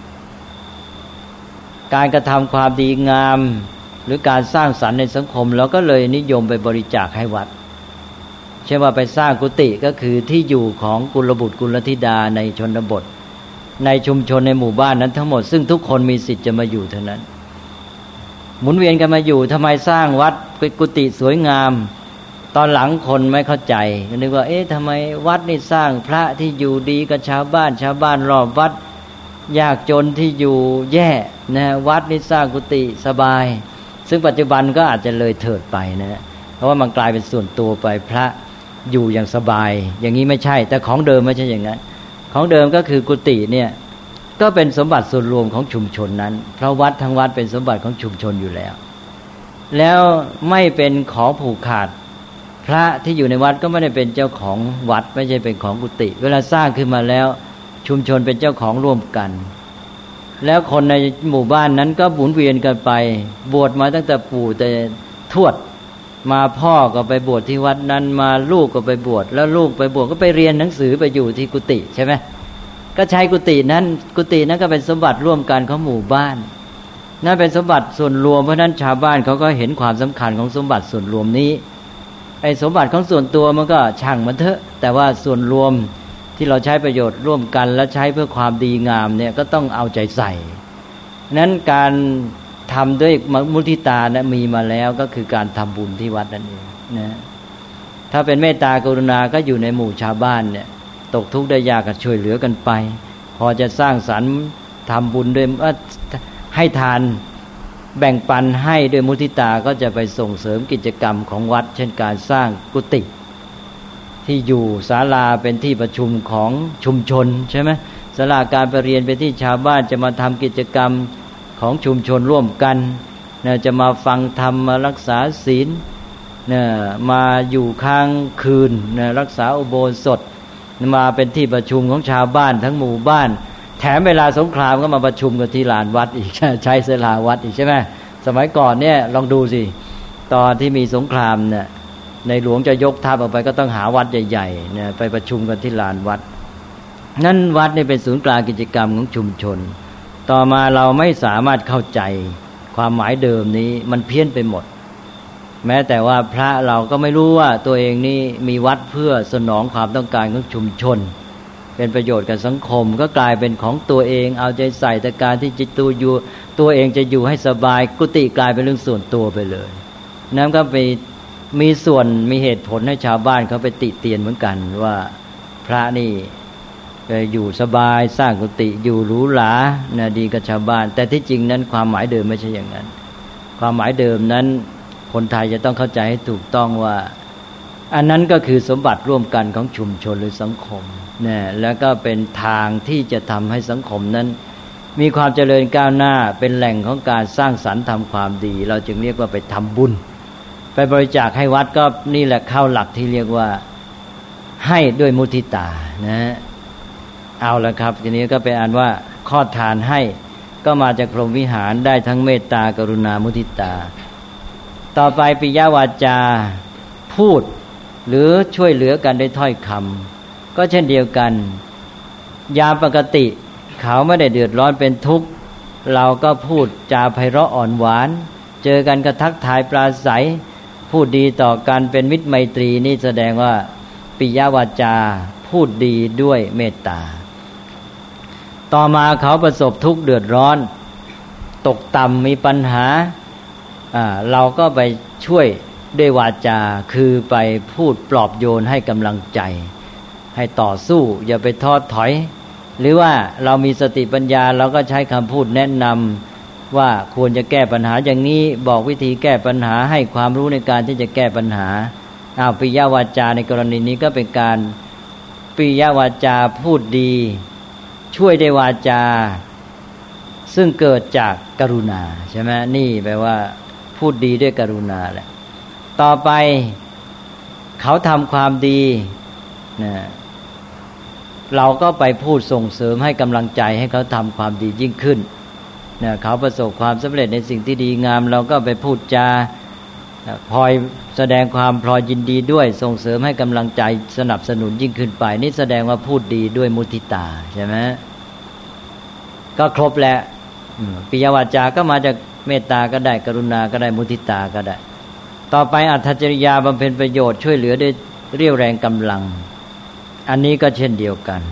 การกระทำความดีงามหรือการสร้างสรรค์ในสังคมเราก็เลยนิยมไปบริจาคให้วัดเช่นว่าไปสร้างกุฏิก็คือที่อยู่ของกุลบุตรกุลธิดาในชนบทในชุมชนในหมู่บ้านนั้นทั้งหมดซึ่งทุกคนมีสิทธิ์จะมาอยู่เท่านั้นหมุนเวียนกันมาอยู่ทำไมสร้างวัดเป็นกุฏิสวยงามตอนหลังคนไม่เข้าใจนึกว่าทำไมวัดนี่สร้างพระที่อยู่ดีกับชาวบ้านรอบวัดยากจนที่อยู่แย่นะวัดนี่สร้างกุฏิสบายซึ่งปัจจุบันก็อาจจะเลยเถิดไปนะเพราะว่ามันกลายเป็นส่วนตัวไปพระอยู่อย่างสบายอย่างนี้ไม่ใช่แต่ของเดิมไม่ใช่อย่างนั้นของเดิมก็คือกุฏิเนี่ยก็เป็นสมบัติส่วนรวมของชุมชนนั้นเพราะวัดทั้งวัดเป็นสมบัติของชุมชนอยู่แล้วไม่เป็นของผูกขาดพระที่อยู่ในวัดก็ไม่ได้เป็นเจ้าของวัดไม่ใช่เป็นของกุฏิเวลาสร้างขึ้นมาแล้วชุมชนเป็นเจ้าของร่วมกันแล้วคนในหมู่บ้านนั้นก็หมุนเวียนกันไปบวชมาตั้งแต่ปู่แต่ทวดมาพ่อก็ไปบวชที่วัดนั้นมาลูกก็ไปบวชแล้วลูกไปบวชก็ไปเรียนหนังสือไปอยู่ที่กุฏิใช่ไหมก็ใช้กุฏินั้นก็เป็นสมบัติร่วมกันของหมู่บ้านนั่นเป็นสมบัติส่วนรวมเพราะนั้นชาวบ้านเขาก็เห็นความสำคัญของสมบัติส่วนรวมนี้ไอ้สมบัติของส่วนตัวมันก็ช่างมันเถอะแต่ว่าส่วนรวมที่เราใช้ประโยชน์ร่วมกันและใช้เพื่อความดีงามเนี่ยก็ต้องเอาใจใส่นั้นการทำด้วยมุทิตานะมีมาแล้วก็คือการทำบุญที่วัดนั่นเองนะถ้าเป็นเมตตากรุณาก็อยู่ในหมู่ชาวบ้านเนี่ยตกทุกข์ได้ยากก็ช่วยเหลือกันไปพอจะสร้างสรรค์ทำบุญด้วยให้ทานแบ่งปันให้ด้วยมุทิตาก็จะไปส่งเสริมกิจกรรมของวัดเช่นการสร้างกุฏิที่อยู่ศาลาเป็นที่ประชุมของชุมชนใช่ไหมศาลาการประเรียนเป็นที่ชาวบ้านจะมาทำกิจกรรมของชุมชนร่วมกันนะจะมาฟังธรรมมารักษาศีลนะมาอยู่ค้างคืนนะรักษาอุโบสถมาเป็นที่ประชุมของชาวบ้านทั้งหมู่บ้านแถมเวลาสงครามก็มาประชุมกันที่ลานวัดอีกใช้ศาลาวัดอีกใช่ไหมสมัยก่อนเนี่ยลองดูสิตอนที่มีสงครามเนี่ยในหลวงจะยกทัพออกไปก็ต้องหาวัดใหญ่ๆเนี่ยไปประชุมกันที่ลานวัดนั่นวัดนี่เป็นศูนย์กลางกิจกรรมของชุมชนต่อมาเราไม่สามารถเข้าใจความหมายเดิมนี้มันเพี้ยนไปหมดแม้แต่ว่าพระเราก็ไม่รู้ว่าตัวเองนี่มีวัดเพื่อสนองความต้องการของชุมชนเป็นประโยชน์กับสังคมก็กลายเป็นของตัวเองเอาใจใส่แต่การที่จิตตัวเองจะอยู่ให้สบายกุฏิกลายเป็นเรื่องส่วนตัวไปเลยนั่นก็ไปมีส่วนมีเหตุผลให้ชาวบ้านเขาไปติเตียนเหมือนกันว่าพระนี่ไปอยู่สบายสร้างกุฏิอยู่หรูหรานะดีกับชาวบ้านแต่ที่จริงนั้นความหมายเดิมไม่ใช่อย่างนั้นความหมายเดิมนั้นคนไทยจะต้องเข้าใจให้ถูกต้องว่าอันนั้นก็คือสมบัติร่วมกันของชุมชนหรือสังคมนะแล้วก็เป็นทางที่จะทำให้สังคมนั้นมีความเจริญก้าวหน้าเป็นแหล่งของการสร้างสรรค์ทำความดีเราจึงเรียกว่าไปทำบุญไปบริจาคให้วัดก็นี่แหละเข้าหลักที่เรียกว่าให้ด้วยมุทิตานะเอาละครับทีนี้ก็เป็นอันว่าข้อทานให้ก็มาจากพรหมวิหารได้ทั้งเมตตากรุณามุทิตาต่อไปปิยวาจาพูดหรือช่วยเหลือกันด้วยถ้อยคำก็เช่นเดียวกันยามปกติเขาไม่ได้เดือดร้อนเป็นทุกข์เราก็พูดจาไพเราะอ่อนหวานเจอกันก็ทักทายปราศัยพูดดีต่อกันเป็นมิตรไมตรีนี่แสดงว่าปิยวาจาพูดดีด้วยเมตตาต่อมาเขาประสบทุกข์เดือดร้อนตกต่ำมีปัญหาเราก็ไปช่วยด้วยวาจาคือไปพูดปลอบโยนให้กำลังใจให้ต่อสู้อย่าไปท้อถอยหรือว่าเรามีสติปัญญาเราก็ใช้คำพูดแนะนำว่าควรจะแก้ปัญหาอย่างนี้บอกวิธีแก้ปัญหาให้ความรู้ในการที่จะแก้ปัญหาปิยวาจาในกรณีนี้ก็เป็นการปิยวาจาพูดดีช่วยด้วยวาจาซึ่งเกิดจากกรุณาใช่ไหมนี่แปลว่าพูดดีด้วยกรุณาแหละต่อไปเขาทำความดีนะเราก็ไปพูดส่งเสริมให้กำลังใจให้เขาทำความดียิ่งขึ้นนะเขาประสบความสำเร็จในสิ่งที่ดีงามเราก็ไปพูดจาพลอยแสดงความพลอยยินดีด้วยส่งเสริมให้กำลังใจสนับสนุนยิ่งขึ้นไปนี่แสดงว่าพูดดีด้วยมุทิตาใช่ไหมก็ครบแล้วปิยวาจาก็มาจากเมตตาก็ได้กรุณาก็ได้มุทิตาก็ได้ต่อไปอัตถจริยาบำเพ็ญประโยชน์ช่วยเหลือด้วยเรี่ยวแรงกำลังอันนี้ก็เช่นเดียวกัน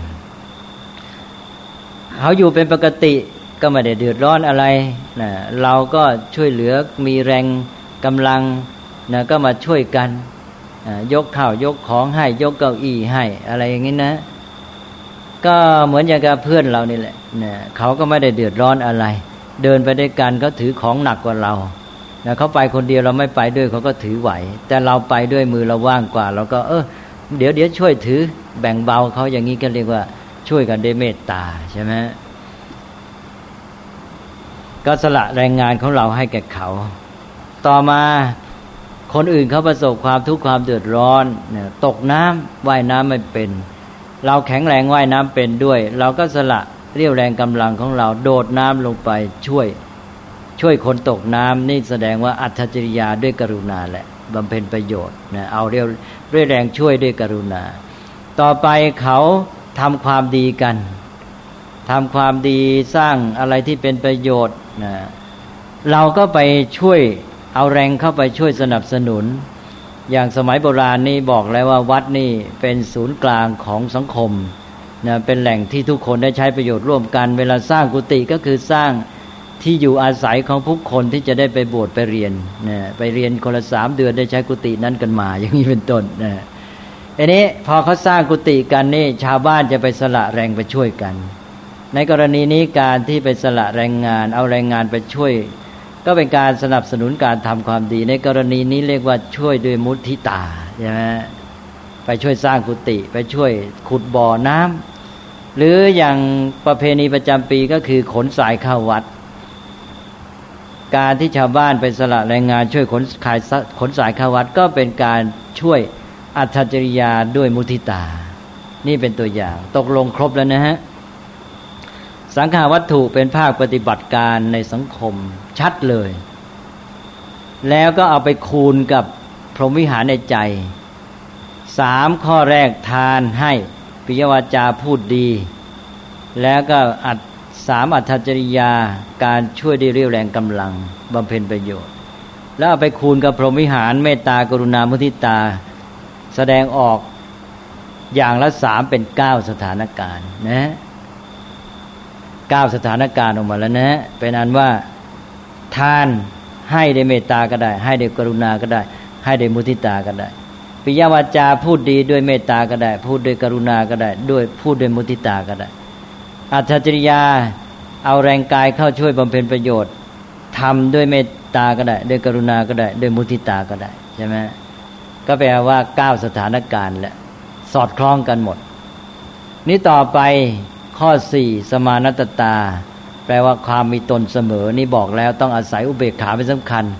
เขาอยู่เป็นปกติก็ไม่ได้เดือดร้อนอะไรนะเราก็ช่วยเหลือมีแรงกำลังนะก็มาช่วยกันยกข้าวยกของให้ยกเก้าอี้ให้อะไรอย่างนี้นะก็เหมือนอย่างกับเพื่อนเรานี่แหละนะเขาก็ไม่ได้เดือดร้อนอะไรเดินไปด้วยกันเขาถือของหนักกว่าเรานะเขาไปคนเดียวเราไม่ไปด้วยเขาก็ถือไหวแต่เราไปด้วยมือเราว่างกว่าเราก็เดี๋ยวช่วยถือแบ่งเบาเขาอย่างนี้ก็เรียกว่าช่วยกันด้วยเมตตาใช่ไหมก็สละแรงงานของเราให้แก่เขาต่อมาคนอื่นเขาประสบความทุกข์ความเดือดร้อนตกน้ำว่ายน้ำไม่เป็นเราแข็งแรงว่ายน้ำเป็นด้วยเราก็สละเรี่ยวแรงกำลังของเราโดดน้ำลงไปช่วยคนตกน้ำนี่แสดงว่าอัตถจริยาด้วยกรุณาแหละบำเพ็ญประโยชน์นะเอาเรี่ยวแรงช่วยด้วยกรุณาต่อไปเขาทำความดีกันทำความดีสร้างอะไรที่เป็นประโยชน์นะเราก็ไปช่วยเอาแรงเข้าไปช่วยสนับสนุนอย่างสมัยโบราณนี่บอกแล้วว่าวัดนี่เป็นศูนย์กลางของสังคมนะเป็นแหล่งที่ทุกคนได้ใช้ประโยชน์ร่วมกันเวลาสร้างกุฏิก็คือสร้างที่อยู่อาศัยของผู้คนที่จะได้ไปบวชไปเรียนนะไปเรียนคนละ3 เดือนได้ใช้กุฏินั้นกันมาอย่างนี้เป็นต้นนะอันนี้พอเขาสร้างกุฏิกันนี่ชาวบ้านจะไปสละแรงไปช่วยกันในกรณีนี้การที่ไปสละแรงงานเอาแรงงานไปช่วยก็เป็นการสนับสนุนการทำความดีในกรณีนี้เรียกว่าช่วยด้วยมุทิตาใช่ไหมไปช่วยสร้างกุฏิไปช่วยขุดบ่อน้ำหรืออย่างประเพณีประจำปีก็คือขนสายเข้าวัดการที่ชาวบ้านไปสละแรงงานช่วยขนสายเข้าวัดก็เป็นการช่วยอัตถจริยาด้วยมุทิตานี่เป็นตัวอย่างตกลงครบแล้วนะฮะสังฆาวัตถุเป็นภาคปฏิบัติการในสังคมชัดเลยแล้วก็เอาไปคูณกับพรหมวิหารในใจ3ข้อแรกทานให้ปิยวาจาพูดดีแล้วก็3อัตถจริยาการช่วยด้วยเรี่ยวแรงกำลังบำเพ็ญประโยชน์แล้วเอาไปคูณกับพรหมวิหารเมตตากรุณามุทิตาแสดงออกอย่างละ3เป็น9สถานการณ์นะ9สถานการณ์ออกมาแล้วนะเป็นอันว่าทานให้ด้วยเมตตาก็ได้ให้ด้วยกรุณาก็ได้ให้ด้วยมุทิตาก็ได้ปิยวาจาพูดดีด้วยเมตตาก็ได้พูดด้วยกรุณาก็ได้ด้วยพูดด้วยมุทิตาก็ได้อัตถจริยาเอาแรงกายเข้าช่วยบำเพ็ญประโยชน์ทำด้วยเมตตาก็ได้ด้วยกรุณาก็ได้ด้วยมุทิตาก็ได้ใช่ไหมก็แปลว่า9สถานการณ์แหละสอดคล้องกันหมดนี้ต่อไปข้อ4สมานัตตาแปลว่าความมีตนเสมอนี่บอกแล้วต้องอาศัยอุเบกขาเป็นสำคัญ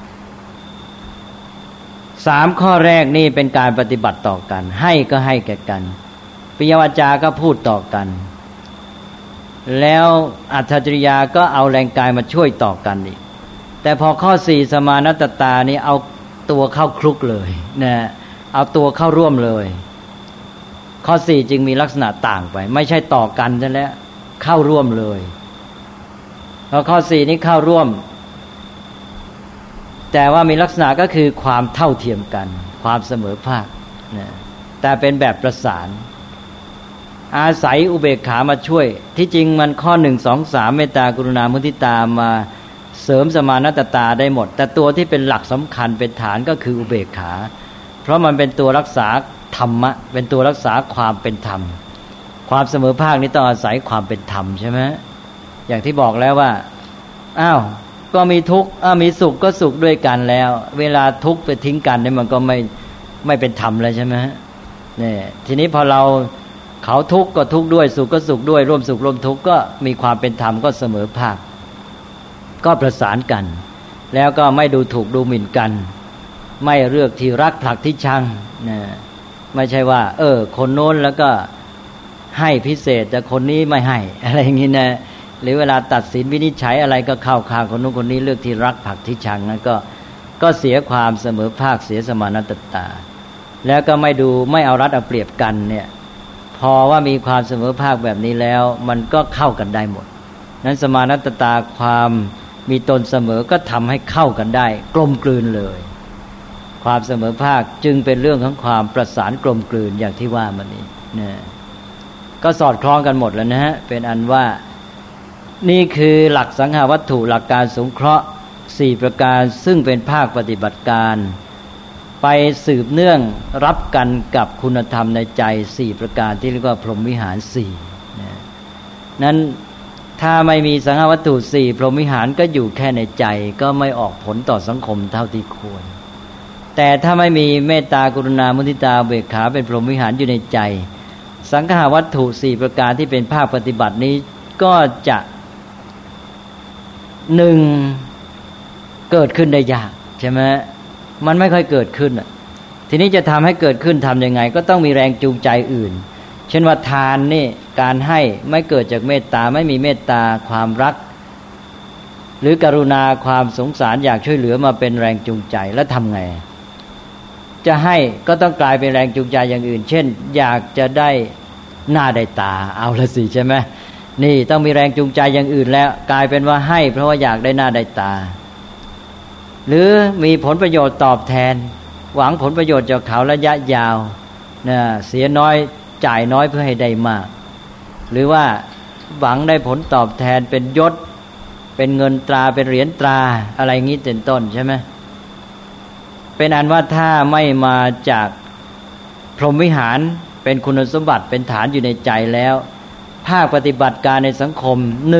3ข้อแรกนี่เป็นการปฏิบัติต่อกันให้ก็ให้แก่กันปิยวาจาก็พูดต่อกันแล้วอัตถจริยาก็เอาแรงกายมาช่วยต่อกันอีกแต่พอข้อ4สมานัตตานี่เอาตัวเข้าคลุกเลยนะเอาตัวเข้าร่วมเลยข้อ4จึงมีลักษณะต่างไปไม่ใช่ต่อกันซะแล้วเข้าร่วมเลยพอข้อ4นี้เข้าร่วมแต่ว่ามีลักษณะก็คือความเท่าเทียมกันความเสมอภาคนะแต่เป็นแบบประสานอาศัยอุเบกขามาช่วยที่จริงมันข้อ1 2 3เมตตากรุณามุทิตามาเสริมสมานัตตาได้หมดแต่ตัวที่เป็นหลักสำคัญเป็นฐานก็คืออุเบกขาเพราะมันเป็นตัวรักษาธรรมะเป็นตัวรักษาความเป็นธรรมความเสมอภาคนี้ต้องอาศัยความเป็นธรรมใช่ไหมอย่างที่บอกแล้วว่าอ้าวก็มีทุกข์มีสุขก็สุขด้วยกันแล้วเวลาทุกข์ไปทิ้งกันนี่มันก็ไม่เป็นธรรมแล้วใช่ไหมนี่ทีนี้พอเราเขาทุกข์ก็ทุกข์ด้วยสุขก็สุขด้วยร่วมสุขร่วมทุกข์ก็มีความเป็นธรรมก็เสมอภาคก็ประสานกันแล้วก็ไม่ดูถูกดูหมิ่นกันไม่เลือกที่รักผลักที่ชังนะไม่ใช่ว่าคนโน้นแล้วก็ให้พิเศษแต่คนนี้ไม่ให้อะไรอย่างนี้นะหรือเวลาตัดสินวินิจฉัยอะไรก็เข้าข้างคนโน้นคนนี้เลือกที่รักผลักที่ชังนั้นก็เสียความเสมอภาคเสียสมานัตตาแล้วก็ไม่เอารัดเอาเปรียบกันเนี่ยพอว่ามีความเสมอภาคแบบนี้แล้วมันก็เข้ากันได้หมดนั้นสมานัตตาความมีตนเสมอก็ทำให้เข้ากันได้กลมกลืนเลยความเสมอภาคจึงเป็นเรื่องของความประสานกลมกลืนอย่างที่ว่ามานี้นะก็สอดคล้องกันหมดแล้วนะฮะเป็นอันว่านี่คือหลักสังหาวัตถุหลักการสงเคราะห์4ประการซึ่งเป็นภาคปฏิบัติการไปสืบเนื่องรับกันกับคุณธรรมในใจ4ประการที่เรียกว่าพรหมวิหาร4นะนั้นถ้าไม่มีสังหาวัตถุ4พรหมวิหารก็อยู่แค่ในใจก็ไม่ออกผลต่อสังคมเท่าที่ควรแต่ถ้าไม่มีเมตตากรุณามุทิตาเบกขาเป็นพรหมวิหารอยู่ในใจสังหาวัตถุ4ประการที่เป็นภาคปฏิบัตินี้ก็จะ1เกิดขึ้นได้ยากใช่ไหมมันไม่ค่อยเกิดขึ้นทีนี้จะทำให้เกิดขึ้นทำยังไงก็ต้องมีแรงจูงใจอื่นเช่นว่าทานนี่การให้ไม่เกิดจากเมตตาไม่มีเมตตาความรักหรือกรุณาความสงสารอยากช่วยเหลือมาเป็นแรงจูงใจแล้วทำไงจะให้ก็ต้องกลายเป็นแรงจูงใจอย่างอื่นเช่นอยากจะได้หน้าได้ตาเอาละสิใช่ไหมนี่ต้องมีแรงจูงใจอย่างอื่นแล้วกลายเป็นว่าให้เพราะว่าอยากได้หน้าได้ตาหรือมีผลประโยชน์ตอบแทนหวังผลประโยชน์จากเขาระยะยาวนะเสียน้อยจ่ายน้อยเพื่อให้ได้มากหรือว่าหวังได้ผลตอบแทนเป็นยศเป็นเงินตราเป็นเหรียญตราอะไรงี้เป็นต้นใช่ไหมเป็นอันว่าถ้าไม่มาจากพรหมวิหารเป็นคุณสมบัติเป็นฐานอยู่ในใจแล้วภาคปฏิบัติการในสังคม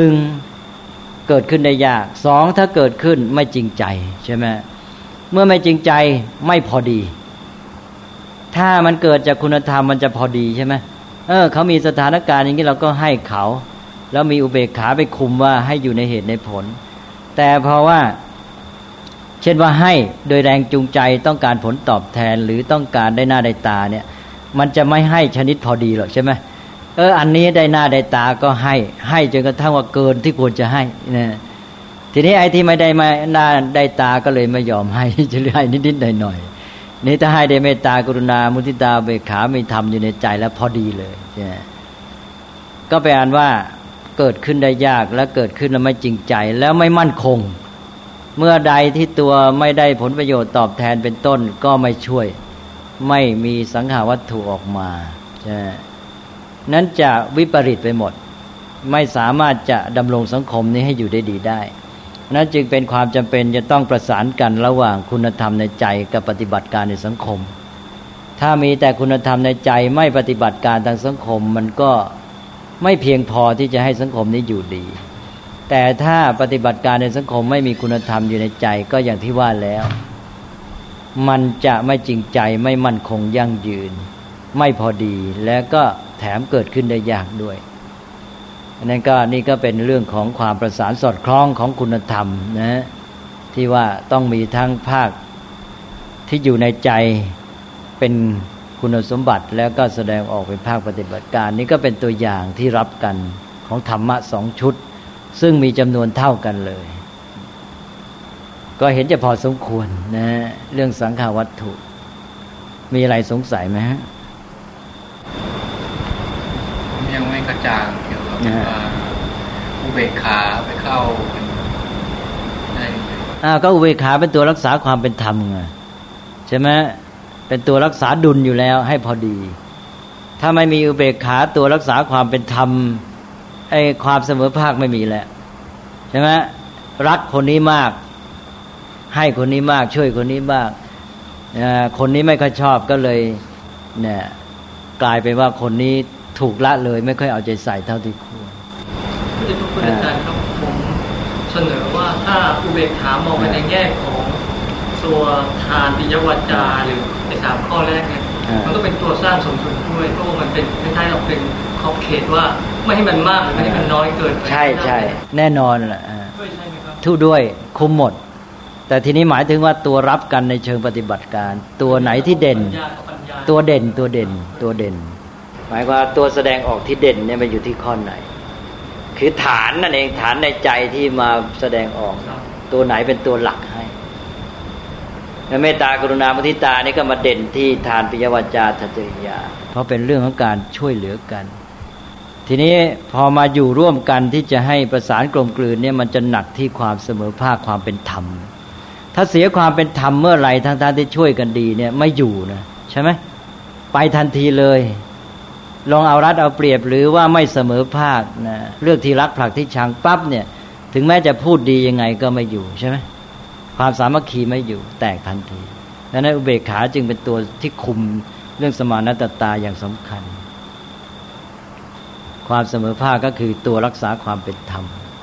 1เกิดขึ้นได้ยาก2ถ้าเกิดขึ้นไม่จริงใจใช่ไหมเมื่อไม่จริงใจไม่พอดีถ้ามันเกิดจากคุณธรรมมันจะพอดีใช่ไหมเขามีสถานการณ์อย่างนี้เราก็ให้เขาแล้วมีอุเบกขาไปคุมว่าให้อยู่ในเหตุในผลแต่เพราะว่าเช่นว่าให้โดยแรงจูงใจต้องการผลตอบแทนหรือต้องการได้หน้าได้ตาเนี่ยมันจะไม่ให้ชนิดพอดีหรอกใช่ไหมอันนี้ได้หน้าได้ตาก็ให้จนกระทั่งว่าเกินที่ควรจะให้นะทีนี้ไอ้ที่ไม่ได้มาหน้าได้ตาก็เลยไม่ยอมให้จะให้นิดๆหน่อยๆนี่ถ้าให้ได้เมตตากรุณามุทิตาเบกขามีธรรมอยู่ในใจแล้วพอดีเลยก็แปลว่าเกิดขึ้นได้ยากและเกิดขึ้นแล้วไม่จริงใจแล้วไม่มั่นคงเมื่อใดที่ตัวไม่ได้ผลประโยชน์ตอบแทนเป็นต้นก็ไม่ช่วยไม่มีสังหาวัตถุออกมานั้นจะวิปริตไปหมดไม่สามารถจะดำรงสังคมนี้ให้อยู่ได้ดีได้นั้นจึงเป็นความจำเป็นจะต้องประสานกันระหว่างคุณธรรมในใจกับปฏิบัติการในสังคมถ้ามีแต่คุณธรรมในใจไม่ปฏิบัติการทางสังคมมันก็ไม่เพียงพอที่จะให้สังคมนี้อยู่ดีแต่ถ้าปฏิบัติการในสังคมไม่มีคุณธรรมอยู่ในใจก็อย่างที่ว่าแล้วมันจะไม่จริงใจไม่มั่นคงยั่งยืนไม่พอดีและก็แถมเกิดขึ้นได้ยากด้วยนั่นก็นี่ก็เป็นเรื่องของความประสานสอดคล้องของคุณธรรมนะที่ว่าต้องมีทั้งภาคที่อยู่ในใจเป็นคุณสมบัติแล้วก็แสดงออกเป็นภาคปฏิบัติการนี่ก็เป็นตัวอย่างที่รับกันของธรรมะสองชุดซึ่งมีจำนวนเท่ากันเลยก็เห็นจะพอสมควรนะเรื่องสังขารวัตถุมีอะไรสงสัยไหมฮะยังไม่กระจ่างเกี่ยวกับอุเบกขาไปเข้าได้ก็อุเบกขาเป็นตัวรักษาความเป็นธรรมไงใช่ไหมเป็นตัวรักษาดุลอยู่แล้วให้พอดีถ้าไม่มีอุเบกขาตัวรักษาความเป็นธรรมไอ้ความเสมอภาคไม่มีแล้วใช่ไหมรักคนนี้มากให้คนนี้มากช่วยคนนี้มากคนนี้ไม่ค่อยชอบก็เลยเนี่ยกลายเป็นว่าคนนี้ถูกละเลยไม่ค่อยเอาใจใส่เท่าที่ควรคุณอาจารย์ครับผมเสนอว่าถ้าอุเบกขามองไปในแง่ของตัวทานปิยวาจาหรือใน3ข้อแรกเนี่ยมันก็เป็นตัวสร้างสมดุลด้วยเพราะว่ามันเป็นคล้ายๆเราเป็นขอบเขตว่าไม่ให้มันมากหรือไม่ให้มันน้อยเกินไปใช่ใช่แน่นอนแหละทุกด้วยคุมหมดแต่ทีนี้หมายถึงว่าตัวรับกันในเชิงปฏิบัติการตัวไหนที่เด่นตัวเด่นหมายว่าตัวแสดงออกที่เด่นเนี่ยมันอยู่ที่ข้อไหนคือฐานนั่นเองฐานในใจที่มาแสดงออกตัวไหนเป็นตัวหลักให้เมตตากรุณามุทิตานี่ก็มาเด่นที่ทานปิยวาจาทัตติยาเพราะเป็นเรื่องของการช่วยเหลือกันทีนี้พอมาอยู่ร่วมกันที่จะให้ประสานกลมกลืนเนี่ยมันจะหนักที่ความเสมอภาคความเป็นธรรมถ้าเสียความเป็นธรรมเมื่อไหร่ทั้งที่ช่วยกันดีเนี่ยไม่อยู่นะใช่ไหมไปทันทีเลยลองเอารัดเอาเปรียบหรือว่าไม่เสมอภาคนะเลือกที่รักผลักที่ชังปั๊บเนี่ยถึงแม้จะพูดดียังไงก็ไม่อยู่ใช่ไหมความสามัคคีไม่อยู่แตกทันทีดังนั้นอุเบกขาจึงเป็นตัวที่คุมเรื่องสมานัตตาอย่างสำคัญความเสมอภาคก็คือตัวรักษาความเป็นธรรม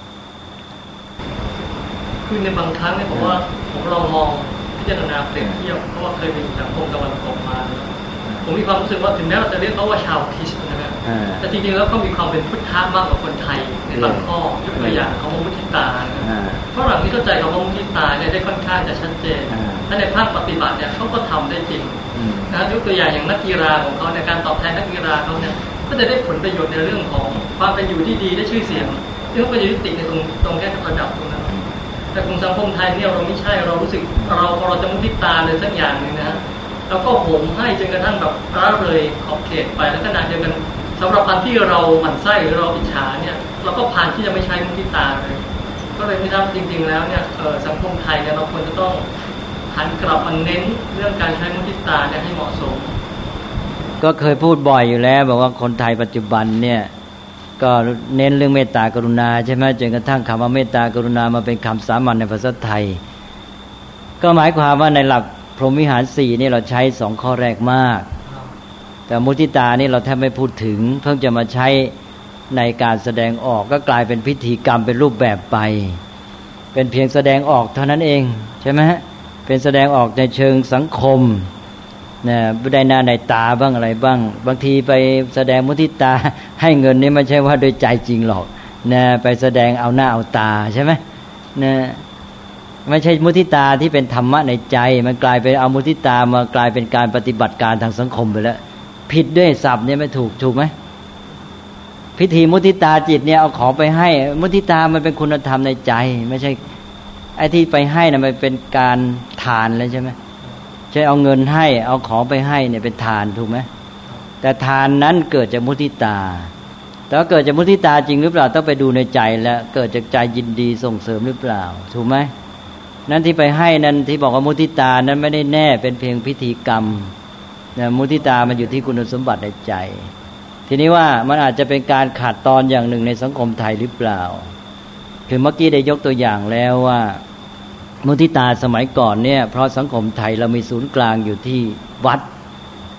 คือในบางครั้งเนี่ยผมว่าผมลองมองพิจารณาเปรียบเทียบเพราะว่าเคยไปอยู่สังคมตะวันตกมาผมมีความรู้สึกว่าถึงแม้เราจะเรียกเขาว่าชาวคริสต์นะครับแต่จริงๆแล้วเขามีความเป็นพุทธะมากกว่าคนไทยในบางข้อยกตัวอย่างคำว่ามุทิตาฝรั่งที่เข้าใจคำว่ามุทิตาเนี่ยได้ค่อนข้างจะชัดเจนถ้าในภาคปฏิบัติเนี่ยเขาก็ทำได้จริงนะยกตัวอย่างนักกีฬาของเขาในการตอบแทนนักกีฬาเขาเนี่ยก็จะได้ผลประโยชน์ในเรื่องของความเป็นอยู่ที่ดีได้ชื่อเสียงที่เขาไปยุติในตรงแค่ระดับตรงนั้นแต่กลุ่มสังคมไทยเนี่ยเราไม่ใช่เรารู้สึกเราจะมุทิตาเลยสักอย่างนึงนะแล้วก็โหมให้จนกระทั่งแบบละเลยขอบเขตไปแล้วขณะเดียวกันสำหรับอันที่เราหมั่นไส้หรือเราอิจฉาเนี่ยเราก็ผ่านที่จะไม่ใช้มุทิตาเลยก็เลยไม่ทราบจริงๆแล้วเนี่ยสังคมไทยเนี่ยเราควรจะต้องหันกลับมาเน้นเรื่องการใช้มุทิตาเนี่ยให้เหมาะสมก็เคยพูดบ่อยอยู่แล้วบอกว่าคนไทยปัจจุบันเนี่ยก็เน้นเรื่องเมตตากรุณาใช่ไหมจนกระทั่งคำว่าเมตตากรุณามาเป็นคำสามัญในภาษาไทยก็หมายความว่าในหลักพรหมวิหาร4นี่เราใช้2ข้อแรกมากแต่มุทิตานี่เราแทบไม่พูดถึงเพิ่งจะมาใช้ในการแสดงออกก็กลายเป็นพิธีกรรมเป็นรูปแบบไปเป็นเพียงแสดงออกเท่านั้นเองใช่ไหมฮะเป็นแสดงออกในเชิงสังคมนะได้หน้าในตาบ้างอะไรบ้างบางทีไปแสดงมุทิตาให้เงินนี่ไม่ใช่ว่าโดยใจจริงหรอกนะไปแสดงเอาหน้าเอาตาใช่ไหมนะไม่ใช่มุทิตาที่เป็นธรรมะในใจมันกลายเป็นเอามุทิตามากลายเป็นการปฏิบัติการทางสังคมไปแล้วผิดด้วยศัพท์เนี่ยไม่ถูกไหมพิธีมุทิตาจิตเนี่ยเอาของไปให้มุทิตามันเป็นคุณธรรมในใจไม่ใช่ไอ้ที่ไปให้นะมันเป็นการทานเลยใช่ไหมใช่เอาเงินให้เอาของไปให้เนี่ยเป็นทานถูกไหมแต่ทานนั้นเกิดจากมุทิตาแต่ว่าเกิดจากมุทิตาจริงหรือเปล่าต้องไปดูในใจแล้วเกิดจากใจยินดีส่งเสริมหรือเปล่าถูกไหมนั้นที่ไปให้นั้นที่บอกว่ามุทิตานั้นไม่ได้แน่เป็นเพียงพิธีกรรมนะมุทิตามันอยู่ที่คุณสมบัติในใจทีนี้ว่ามันอาจจะเป็นการขาดตอนอย่างหนึ่งในสังคมไทยหรือเปล่าคือเมื่อกี้ได้ยกตัวอย่างแล้วว่ามุทิตาสมัยก่อนเนี่ยเพราะสังคมไทยเรามีศูนย์กลางอยู่ที่วัด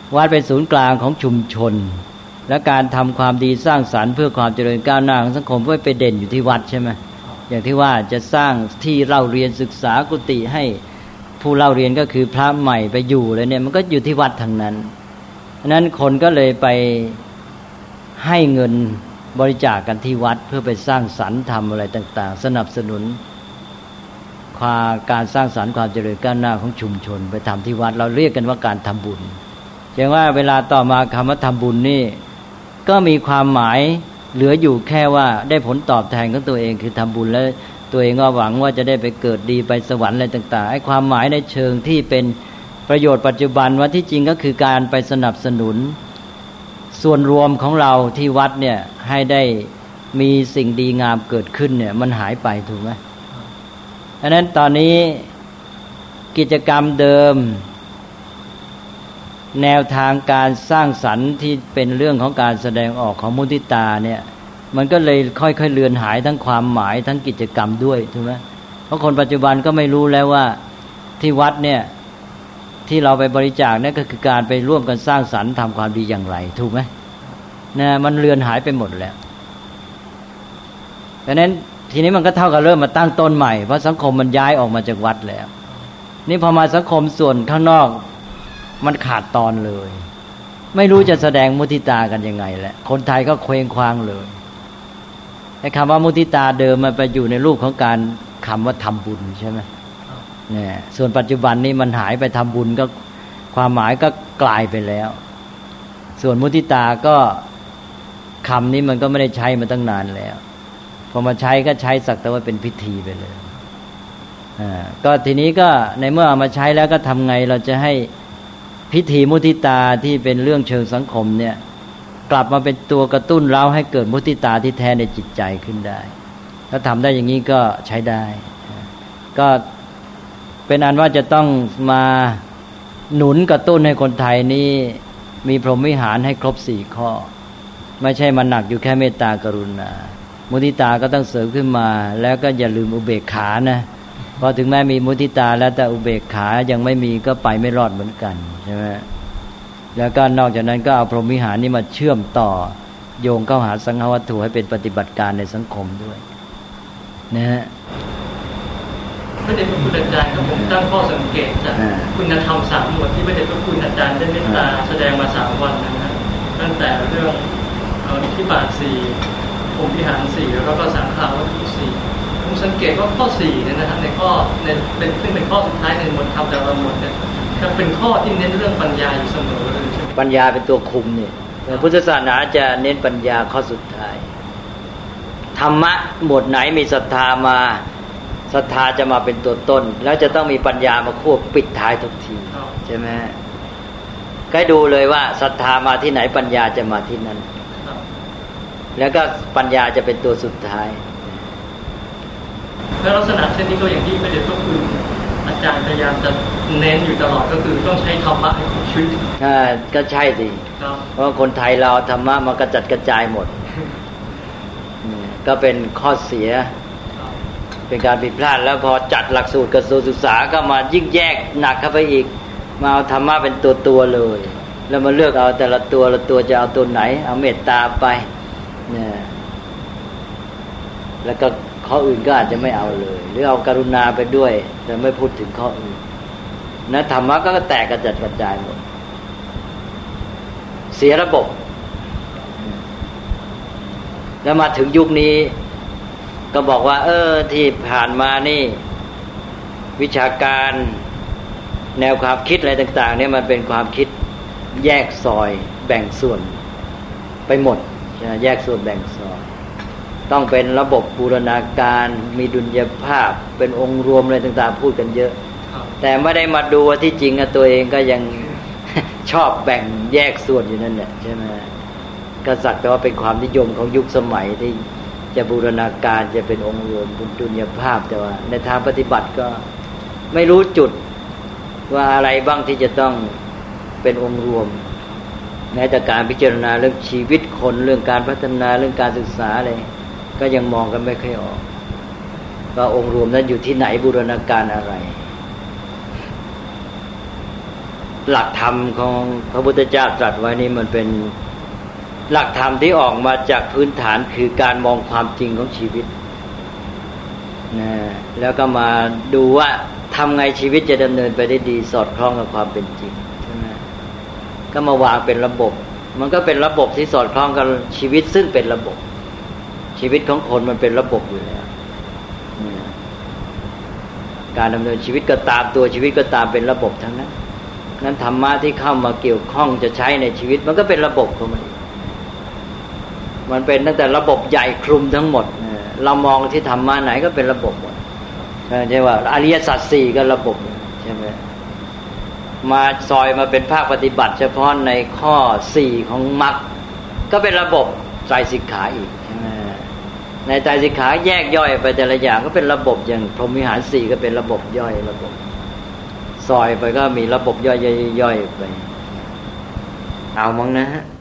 วัดเป็นศูนย์กลางของชุมชนและการทำความดีสร้างสรรค์เพื่อความเจริญก้าวหน้าของสังคมก็ไปเด่นอยู่ที่วัดใช่ไหมอย่างที่ว่าจะสร้างที่เล่าเรียนศึกษากุฏิให้ผู้เล่าเรียนก็คือพระใหม่ไปอยู่เลยเนี่ยมันก็อยู่ที่วัดทั้งนั้นฉะนั้นคนก็เลยไปให้เงินบริจาคกันที่วัดเพื่อไปสร้างสรรค์ทำอะไรต่างๆสนับสนุนการสร้างสรรค์ความเจริญก้าวหน้าของชุมชนไปทำที่วัดเราเรียกกันว่าการทำบุญแสดงว่าเวลาต่อมาคำว่าทำบุญนี่ก็มีความหมายเหลืออยู่แค่ว่าได้ผลตอบแทนของตัวเองคือทำบุญแล้วตัวเองก็หวังว่าจะได้ไปเกิดดีไปสวรรค์อะไรต่างๆไอ้ความหมายในเชิงที่เป็นประโยชน์ปัจจุบันว่าที่จริงก็คือการไปสนับสนุนส่วนรวมของเราที่วัดเนี่ยให้ได้มีสิ่งดีงามเกิดขึ้นเนี่ยมันหายไปถูกไหมดังนั้นตอนนี้กิจกรรมเดิมแนวทางการสร้างสรรค์ที่เป็นเรื่องของการแสดงออกของมุทิตาเนี่ยมันก็เลยค่อยๆเลือนหายทั้งความหมายทั้งกิจกรรมด้วยถูกไหมเพราะคนปัจจุบันก็ไม่รู้แล้วว่าที่วัดเนี่ยที่เราไปบริจาคนั่นก็คือการไปร่วมกันสร้างสรรค์ทำความดีอย่างไรถูกไหมนะมันเลือนหายไปหมดแล้วดังนั้นทีนี้มันก็เท่ากับเริ่มมาตั้งต้นใหม่เพราะสังคมมันย้ายออกมาจากวัดแล้วนี่พอมาสังคมส่วนข้างนอกมันขาดตอนเลยไม่รู้จะแสดงมุทิตากันยังไงแหละคนไทยก็เคว้งคว้างเลยไอ้คำว่ามุทิตาเดิมมันไปอยู่ในรูปของการคำว่าทำบุญใช่ไหมเนี่ยส่วนปัจจุบันนี้มันหายไปทำบุญก็ความหมายก็กลายไปแล้วส่วนมุทิตาก็คำนี้มันก็ไม่ได้ใช้มาตั้งนานแล้วพอมาใช้ก็ใช้สักแต่ว่าเป็นพิธีไปเลยก็ทีนี้ก็ในเมื่อเอามาใช้แล้วก็ทำไงเราจะให้พิธีมุทิตาที่เป็นเรื่องเชิงสังคมเนี่ยกลับมาเป็นตัวกระตุ้นเราให้เกิดมุทิตาที่แท้ในจิตใจขึ้นได้ถ้าทำได้อย่างนี้ก็ใช้ได้ก็เป็นอันว่าจะต้องมาหนุนกระตุ้นให้คนไทยนี้มีพรหมวิหารให้ครบ4ข้อไม่ใช่มันหนักอยู่แค่เมตตากรุณามุทิตาก็ต้องเสริมขึ้นมาแล้วก็อย่าลืมอุเบกขานะเพราะถึงแม้มีมุทิตาแล้วแต่อุเบกขายังไม่มีก็ไปไม่รอดเหมือนกันใช่ไหมแล้วก็นอกจากนั้นก็เอาพรหมวิหารนี้มาเชื่อมต่อโยงเข้าหาสังฆวัตถุให้เป็นปฏิบัติการในสังคมด้วยนะฮะพระเดชพระคุณอาจารย์ครับผมตั้งข้อสังเกตจากคุณธรรม3 หมวดที่พระเดชพระคุณอาจารย์ได้เมตตาแสดงมา3 วันนะครับตั้งแต่เรื่องอิทธิบาท4พรหมวิหาร4แล้วก็สังฆวัตถุ4ผมสังเกตว่าข้อ4เนี่ยนะฮะในข้อเป็นซึ่งเป็นข้อสุดท้ายในหมวดธรรมแต่ละหมวดเนี่ยจะเป็นข้อที่เน้นเรื่องปัญญาอยู่เสมอเลยใช่ไหมปัญญาเป็นตัวคุมเนี่ยพุทธศาสนาจะเน้นปัญญาข้อสุดท้ายธรรมะหมวดไหนมีศรัทธามาศรัทธาจะมาเป็นตัวต้นแล้วจะต้องมีปัญญามาควบปิดท้ายทุกทีใช่ไหมก็ดูเลยว่าศรัทธามาที่ไหนปัญญาจะมาที่นั้นแล้วก็ปัญญาจะเป็นตัวสุดท้ายแล้วลักษณะเช่นนี้ก็อย่างที่พระเดชพระคุณอาจารย์พยายามจะเน้นอยู่ตลอดก็คือต้องใช้ธรรมะให้ครบชุดก็ใช่สิเพราะคนไทยเราธรรมะมันกระจัดกระจายหมดก็เป็นข้อเสียเป็นการผิดพลาดแล้วพอจัดหลักสูตรกระทรวงศึกษาก็มายิ่งแยกหนักเข้าไปอีกมาเอาธรรมะเป็นตัวเลยแล้วมาเลือกเอาแต่ละตัวละตัวจะเอาตัวไหนเอาเมตตาไปเนี่ยแล้วก็ข้ออื่นก็อาจจะไม่เอาเลยหรือเอากรุณาไปด้วยแต่ไม่พูดถึงข้ออื่นนะธรรมะก็แตกกระจัดกระจายหมดเสียระบบแล้วมาถึงยุคนี้ก็บอกว่าที่ผ่านมานี่วิชาการแนวความคิดอะไรต่างๆเนี่ยมันเป็นความคิดแยกซอยแบ่งส่วนไปหมดแยกส่วนแบ่งซอยต้องเป็นระบบบูรณาการมีดุลยภาพเป็นองค์รวมอะไรต่างๆพูดกันเยอะแต่ไม่ได้มาดูว่าที่จริงตัวเองก็ยังชอบแบ่งแยกส่วนอยู่นั่นแหละใช่ไหมก็สักแต่ว่าเป็นความนิยมของยุคสมัยที่จะบูรณาการจะเป็นองค์รวมดุลยภาพแต่ว่าในทางปฏิบัติก็ไม่รู้จุดว่าอะไรบ้างที่จะต้องเป็นองค์รวมแม้แต่การพิจารณาเรื่องชีวิตคนเรื่องการพัฒนาเรื่องการศึกษาอะไรก็ยังมองกันไม่ค่อยออกว่าองค์รวมนั้นอยู่ที่ไหนบูรณาการอะไรหลักธรรมของพระพุทธเจ้าตรัสไว้นี่มันเป็นหลักธรรมที่ออกมาจากพื้นฐานคือการมองความจริงของชีวิตนะแล้วก็มาดูว่าทำไงชีวิตจะดำเนินไปได้ดีสอดคล้องกับความเป็นจริงใช่ไหมก็มาวางเป็นระบบมันก็เป็นระบบที่สอดคล้องกับชีวิตซึ่งเป็นระบบชีวิตของคนมันเป็นระบบอยู่แล้วการดำเนินชีวิตก็ตามตัวชีวิตก็ตามเป็นระบบทั้งนั้นนั้นธรรมะที่เข้ามาเกี่ยวข้องจะใช้ในชีวิตมันก็เป็นระบบของมันเป็นตั้งแต่ระบบใหญ่คลุมทั้งหมดเรามองที่ธรรมะไหนก็เป็นระบบหมดใช่ว่าอริยสัจสี่ก็ระบบใช่ไหมมาซอยมาเป็นภาคปฏิบัติเฉพาะในข้อ4ของมรรคก็เป็นระบบไตรสิกขาอีกใช่ไหมในไตรสิกขาแยกย่อยไปแต่ละอย่างก็เป็นระบบอย่างพรหมวิหาร4ก็เป็นระบบย่อยระบบซอยไปก็มีระบบย่อยๆไปเอามั้งนะฮะ